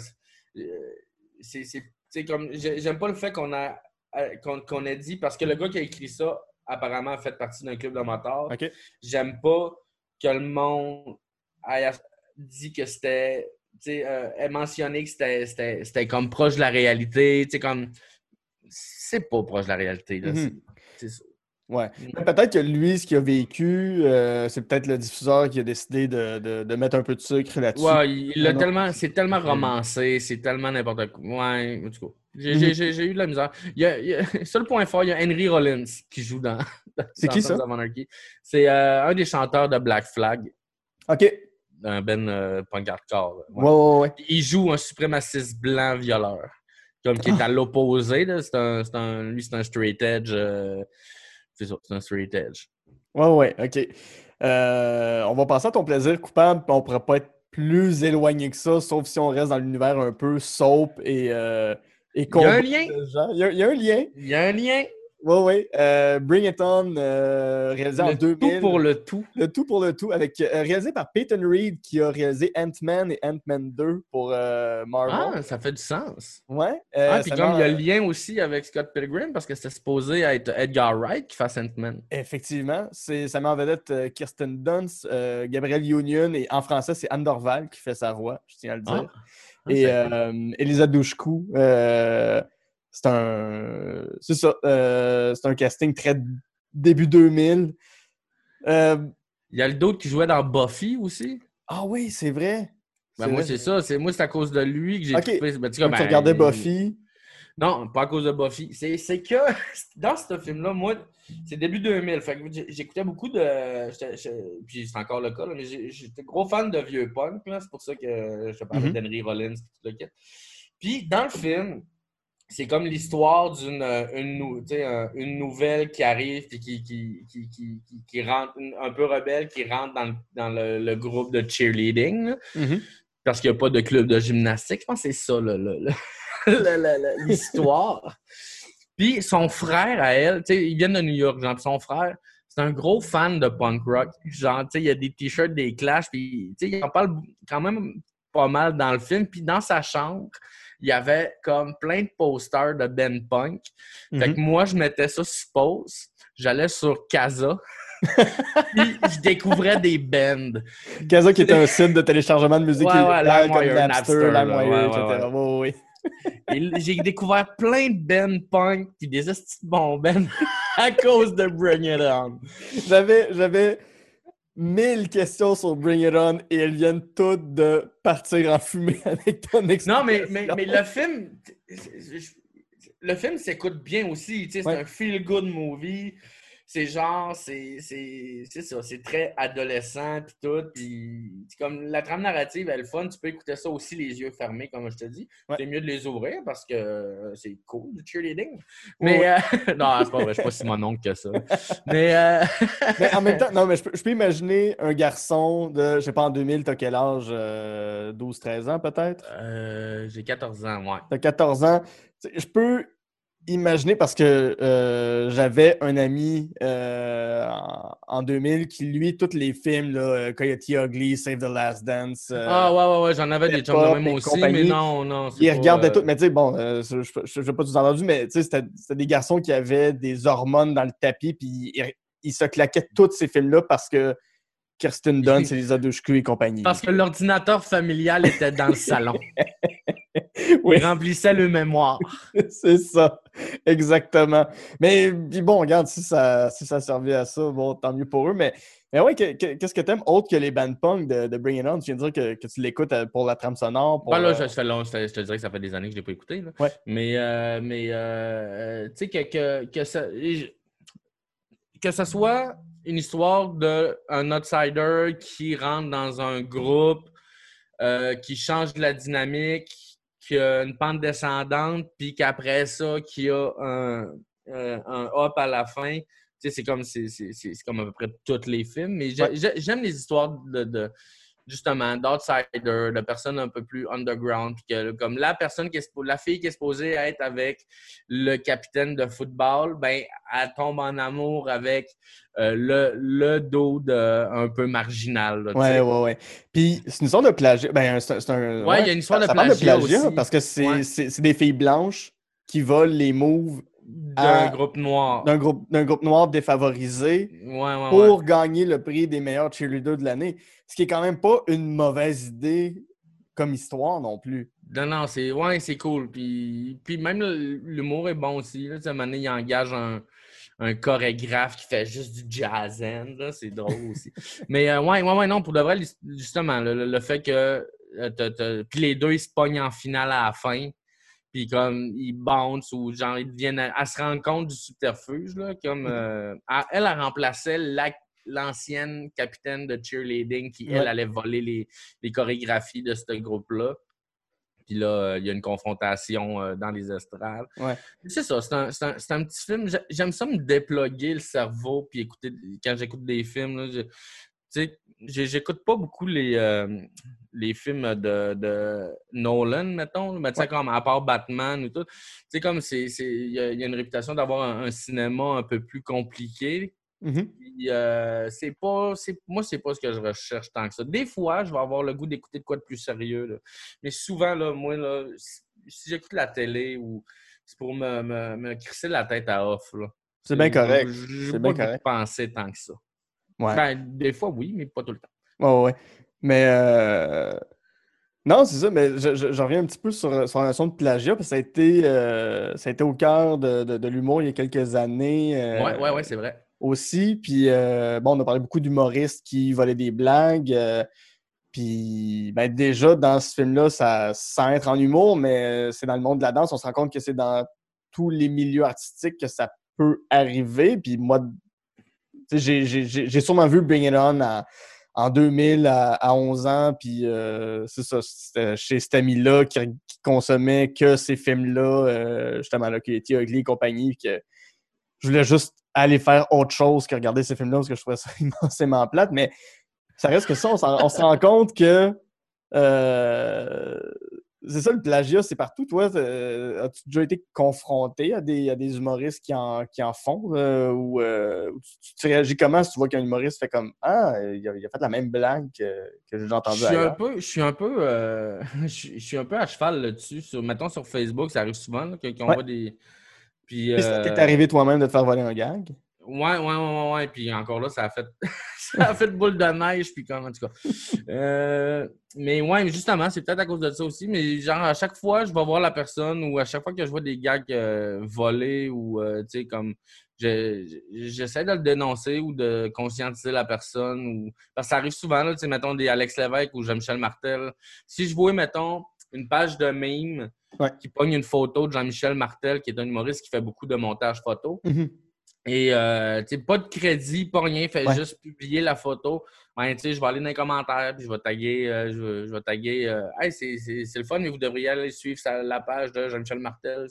C'est comme j'aime pas le fait qu'on ait dit parce que le gars qui a écrit ça apparemment a fait partie d'un club de motards. Okay. J'aime pas que le monde ait dit que c'était ait mentionné que c'était comme proche de la réalité, comme c'est pas proche de la réalité là. Mm-hmm. C'est ça. Ouais. Mais peut-être que lui, ce qu'il a vécu, c'est peut-être le diffuseur qui a décidé de mettre un peu de sucre là-dessus. Ouais, il Non, a non. tellement, c'est tellement romancé, c'est tellement n'importe quoi. Ouais, en tout cas. Mhm. J'ai eu de la misère. Seul point fort, il y a Henry Rollins qui joue C'est dans qui Sons ça? of Anarchy. C'est un des chanteurs de Black Flag, OK. Ouais, un punk hardcore. Là. Ouais. ouais, ouais. Il joue un suprémaciste blanc violeur, comme qui est à Ah, l'opposé. Là. Lui, c'est un straight edge. C'est ça, c'est un straight edge. ouais, ouais, OK. On va passer à ton plaisir coupable, puis on pourrait pas être plus éloigné que ça, sauf si on reste dans l'univers un peu soap et Il y a un combat lien. de gens. Il y a un lien. Il y a un lien. Ouais, ouais. Bring It On, réalisé en Le tout 2000. pour le tout. Le tout pour le tout, avec réalisé par Peyton Reed, qui a réalisé Ant-Man et Ant-Man 2 pour Marvel. Ah, ça fait du sens. Ouais. Ah, puis comme il y a le lien aussi avec Scott Pilgrim, parce que c'était supposé être Edgar Wright qui fasse Ant-Man. Effectivement, ça met en vedette Kirsten Dunst, Gabrielle Union, et en français, c'est Anne Dorval qui fait sa voix, je tiens à le Ah, dire. Et Elisa Dushku, c'est ça, c'est un casting très début 2000. il y a le d'autre qui jouait dans Buffy aussi. Ah oui, c'est vrai. Ben moi, c'est ça. C'est à cause de lui que j'ai Ok. trippé. Ben, tu sais, Donc, tu regardais Buffy. Non, pas à cause de Buffy. C'est que dans ce film-là, moi, c'est début 2000. Fait que j'écoutais beaucoup de. Puis c'est encore le cas, là, mais j'étais gros fan de vieux punk. Là. C'est pour ça que je te parlais d'Henry Rollins et tout le kit. Puis dans le film, c'est comme l'histoire une nouvelle qui arrive et qui rentre, un peu rebelle, qui rentre dans le groupe de cheerleading. Là, parce qu'il n'y a pas de club de gymnastique. Je pense que c'est ça l'histoire. Puis son frère à elle, tu sais, ils viennent de New York, genre, son frère, c'est un gros fan de punk rock. Genre, tu sais, il y a des t-shirts des Clash, puis tu sais, il en parle quand même pas mal dans le film. Puis dans sa chambre, il y avait comme plein de posters de Ben Punk. Fait que moi, je mettais ça sur pause. J'allais sur Casa. Puis je découvrais des bands. Casa qui est un site de téléchargement de musique illégal comme Napster, LimeWire, etc. Ouais. Et j'ai découvert plein de bands punk puis des estis de bons bands à cause de Bring It On. J'avais 1000 questions sur Bring It On et elles viennent toutes de partir en fumée avec ton explication. Non, mais le film s'écoute bien aussi. Tu sais, c'est un feel-good movie. C'est genre, c'est ça, c'est très adolescent pis tout. Pis, comme la trame narrative, elle est fun. Tu peux écouter ça aussi les yeux fermés, comme je te dis. C'est mieux de les ouvrir parce que c'est cool, du cheerleading. Mais, non, c'est pas vrai, je suis pas si mon oncle que ça. Mais en même temps, non, mais je peux imaginer un garçon de, je sais pas, en 2000, t'as quel âge? 12-13 ans peut-être? J'ai 14 ans, ouais. T'as 14 ans. Je peux imaginer parce que j'avais un ami en 2000 qui, lui, tous les films, là, Coyote Ugly, Save the Last Dance. Ouais, j'en avais des chums de même aussi, mais non. Ils regardaient tout, mais tu sais, bon, je ne vais pas tout entendu, mais tu sais, c'était des garçons qui avaient des hormones dans le tapis, puis ils se claquaient tous ces films-là parce que Kirsten Dunst, Elisa Dushku et compagnie. Parce que l'ordinateur familial était dans le salon. Oui. Ils remplissaient le mémoire. C'est ça, exactement. Mais puis bon, regarde, si ça servait à ça, bon, tant mieux pour eux. Mais ouais, qu'est-ce que t'aimes autre que les band punk de Bring It On? Tu viens de dire que tu l'écoutes pour la trame sonore. Pour, là, je te dirais que ça fait des années que je ne l'ai pas écouté. Là. Ouais. Mais tu sais, que ce soit une histoire d'un outsider qui rentre dans un groupe, qui change de la dynamique, qui a une pente descendante, puis qu'après ça, qui a un up à la fin. Tu sais, c'est comme à peu près tous les films. Mais j'aime les histoires justement, d'outsiders, de personnes un peu plus underground. Puis que, comme la fille qui est supposée être avec le capitaine de football, ben, elle tombe en amour avec le dude un peu marginal. Là, ouais. Puis c'est une histoire de plagiat. Ben, c'est un. Ouais, il y a une histoire de parle de plagiat aussi. parce que c'est des filles blanches qui volent les moves d'un groupe noir. D'un groupe noir défavorisé pour gagner le prix des meilleurs cheerleaders de l'année. Ce qui est quand même pas une mauvaise idée comme histoire non plus. Non, c'est cool. Puis même l'humour est bon aussi. Là, à un moment donné, il engage un un chorégraphe qui fait juste du jazz hand, là, c'est drôle aussi. Mais ouais, non, pour de vrai, justement, le fait que puis les deux, ils se pognent en finale à la fin, puis comme ils bounce ou genre ils deviennent à se rendre compte du subterfuge, là, comme elle a remplacé l'ancienne capitaine de cheerleading qui, elle, allait voler les chorégraphies de ce groupe-là. Puis là, il y a une confrontation dans les estrades. Ouais. C'est ça, c'est un petit film. J'aime ça me déploguer le cerveau puis écouter quand j'écoute des films. Là, j'écoute pas beaucoup les films de Nolan, mettons. Mais tu sais, comme à part Batman ou tout. Tu sais, comme il y a une réputation d'avoir un cinéma un peu plus compliqué. Puis, moi, c'est pas ce que je recherche tant que ça. Des fois, je vais avoir le goût d'écouter de quoi de plus sérieux. Là. Mais souvent, là, moi, là, si j'écoute la télé, ou c'est pour me crisser la tête à off. Là. C'est bien correct. Je n'ai pas goût de penser tant que ça. Ouais. Ben, des fois, oui, mais pas tout le temps. Ouais. Mais non, c'est ça, mais je reviens un petit peu sur la notion de plagiat, parce que ça a été au cœur de l'humour il y a quelques années. Ouais, c'est vrai. Aussi. Puis, on a parlé beaucoup d'humoristes qui volaient des blagues. Puis, ben, déjà, dans ce film-là, sans être en humour, mais c'est dans le monde de la danse, on se rend compte que c'est dans tous les milieux artistiques que ça peut arriver. Puis moi, j'ai sûrement vu Bring It On en 2000 à 11 ans. Puis c'est ça, c'était chez cet ami-là qui consommait que ces films-là, justement, là, qui était Ugly et compagnie, que je voulais juste aller faire autre chose que regarder ces films-là parce que je trouvais ça immensément plate. Mais ça reste que ça, on se rend compte que c'est ça, le plagiat, c'est partout. Toi, as-tu déjà été confronté à des humoristes qui en font? Ou tu réagis comment si tu vois qu'un humoriste fait comme « Ah, il a fait la même blague que j'ai entendu ailleurs. » Je suis un peu à cheval là-dessus. Mettons sur Facebook, ça arrive souvent là, qu'on voit des... Puis, t'es arrivé toi-même de te faire voler un gag? Ouais. Puis encore là, ça a fait boule de neige. Puis comme, en tout cas. Mais ouais, justement, c'est peut-être à cause de ça aussi. Mais genre, à chaque fois, je vais voir la personne ou à chaque fois que je vois des gags volés ou, tu sais, comme, j'essaie de le dénoncer ou de conscientiser la personne. Parce que ça arrive souvent, là, tu sais, mettons, des Alex Lévesque ou Jean-Michel Martel. Si je vois, mettons, une page de meme qui pogne une photo de Jean-Michel Martel, qui est un humoriste qui fait beaucoup de montage photo. Et tu sais, pas de crédit, pas rien, fait juste publier la photo. Ben, tu sais, je vais aller dans les commentaires, puis je vais taguer, hey, c'est le fun, mais vous devriez aller suivre la page de Jean-Michel Martel.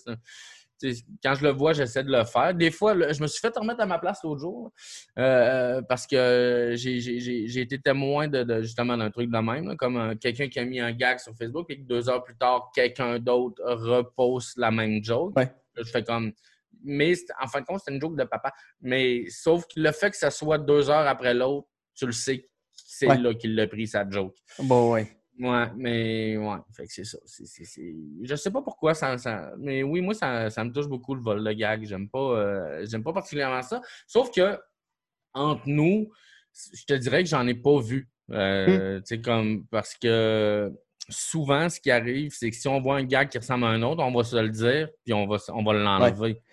Quand je le vois, j'essaie de le faire. Des fois, je me suis fait remettre à ma place l'autre jour parce que j'ai été témoin justement d'un truc de même, là, comme quelqu'un qui a mis un gag sur Facebook et que 2 heures plus tard, quelqu'un d'autre repose la même joke. Là, je fais comme... Mais en fin de compte, c'est une joke de papa. Mais sauf que le fait que ça soit 2 heures après l'autre, tu le sais que c'est là qu'il l'a pris, sa joke. Bon, ouais. Ouais, mais ouais, fait que c'est ça. Je sais pas pourquoi mais oui, moi, ça me touche beaucoup le vol de gag. J'aime pas particulièrement ça. Sauf que, entre nous, je te dirais que j'en ai pas vu. Tu sais, comme, parce que souvent, ce qui arrive, c'est que si on voit un gag qui ressemble à un autre, on va se le dire, puis on va l'enlever.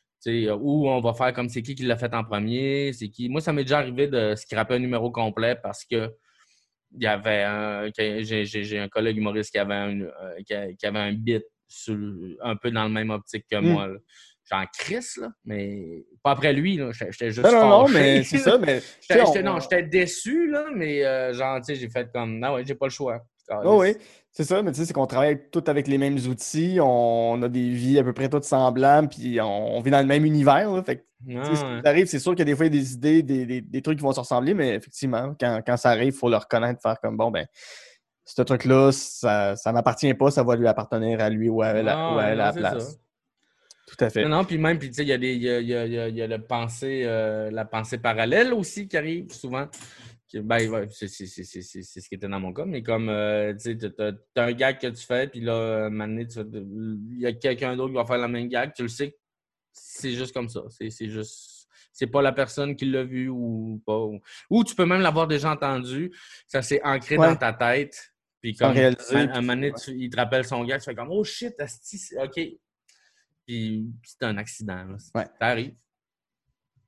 Ou on va faire comme c'est qui l'a fait en premier, c'est qui. Moi, ça m'est déjà arrivé de scraper un numéro complet parce que il y avait j'ai un collègue humoriste qui avait un bit un peu dans le même optique que moi. Là. J'en crisse, là, mais pas après lui. Là. J'étais juste fâché. Non, mais c'est ça. Mais, j'étais déçu, là, mais genre, tu sais, j'ai fait comme, non, ouais, j'ai pas le choix. Oh oui, c'est ça, mais tu sais, c'est qu'on travaille tous avec les mêmes outils, on a des vies à peu près toutes semblables, puis on vit dans le même univers. Là, fait que, ce qui arrive, c'est sûr qu'il y a des fois des idées, des trucs qui vont se ressembler, mais effectivement, quand ça arrive, il faut le reconnaître, faire comme bon, ben, ce truc-là, ça m'appartient pas, ça va lui appartenir à lui ou à elle, à la place. Ça. Tout à fait. Non, puis même, tu sais, il y a la pensée parallèle aussi qui arrive souvent. Ben, ouais, c'est ce qui était dans mon cas, mais comme, tu sais, t'as un gag que tu fais, puis là, maintenant, il y a quelqu'un d'autre qui va faire la même gag, tu le sais, c'est juste comme ça. C'est juste, c'est pas la personne qui l'a vu ou pas. Ou tu peux même l'avoir déjà entendu, ça s'est ancré dans ta tête, puis comme, un moment donné, il te rappelle son gag, tu fais comme, oh shit, asti, OK. Puis c'est un accident, là. Ça arrive.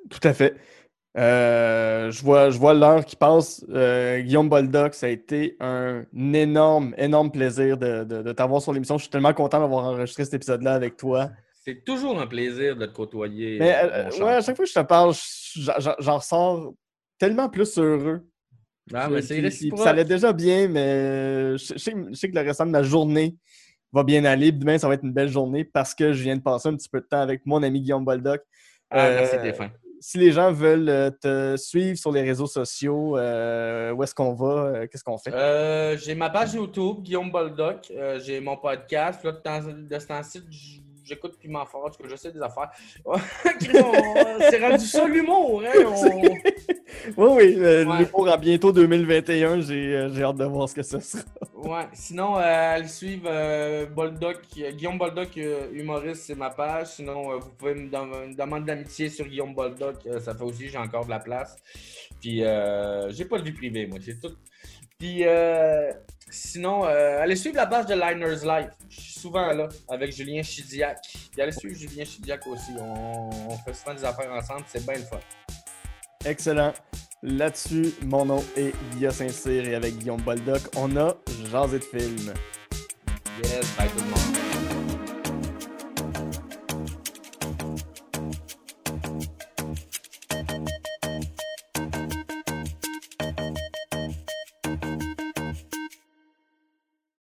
Tout à fait. Je vois l'heure qui passe. Guillaume Boldoc, ça a été un énorme plaisir de t'avoir sur l'émission. Je suis tellement content d'avoir enregistré cet épisode-là avec toi. C'est toujours un plaisir de te côtoyer, Mais mon cher. ouais, à chaque fois que je te parle, j'en ressors tellement plus heureux. Ah, mais c'est Puis réciproque. ça allait déjà bien, mais je sais que le restant de ma journée va bien aller. Demain, ça va être une belle journée parce que je viens de passer un petit peu de temps avec mon ami Guillaume Boldoc. Ah, merci, t'es fin. Si les gens veulent te suivre sur les réseaux sociaux, où est-ce qu'on va? Qu'est-ce qu'on fait? J'ai ma page YouTube, Guillaume Boldoc. J'ai mon podcast. Là, de ce temps-ci, j'écoute Piment Fort, parce que je sais des affaires. C'est rendu ça l'humour, hein? Oui, l'humour à bientôt 2021. J'ai hâte de voir ce que ce sera. Ouais, sinon, allez suivre Guillaume Boldoc, humoriste, c'est ma page. Sinon, vous pouvez me demander d'amitié sur Guillaume Boldoc. Ça fait aussi, j'ai encore de la place. Puis, j'ai pas de vie privée, moi, c'est tout. Puis, sinon, allez suivre la page de Liners Life. Je suis souvent là avec Julien Chidiac. Puis, allez suivre Julien Chidiac aussi. On fait souvent des affaires ensemble, c'est bien le fun. Excellent. Là-dessus, mon nom est Guillaume Saint-Cyr et avec Guillaume Boldoc, on a jasé de film. Yes, bye tout le monde.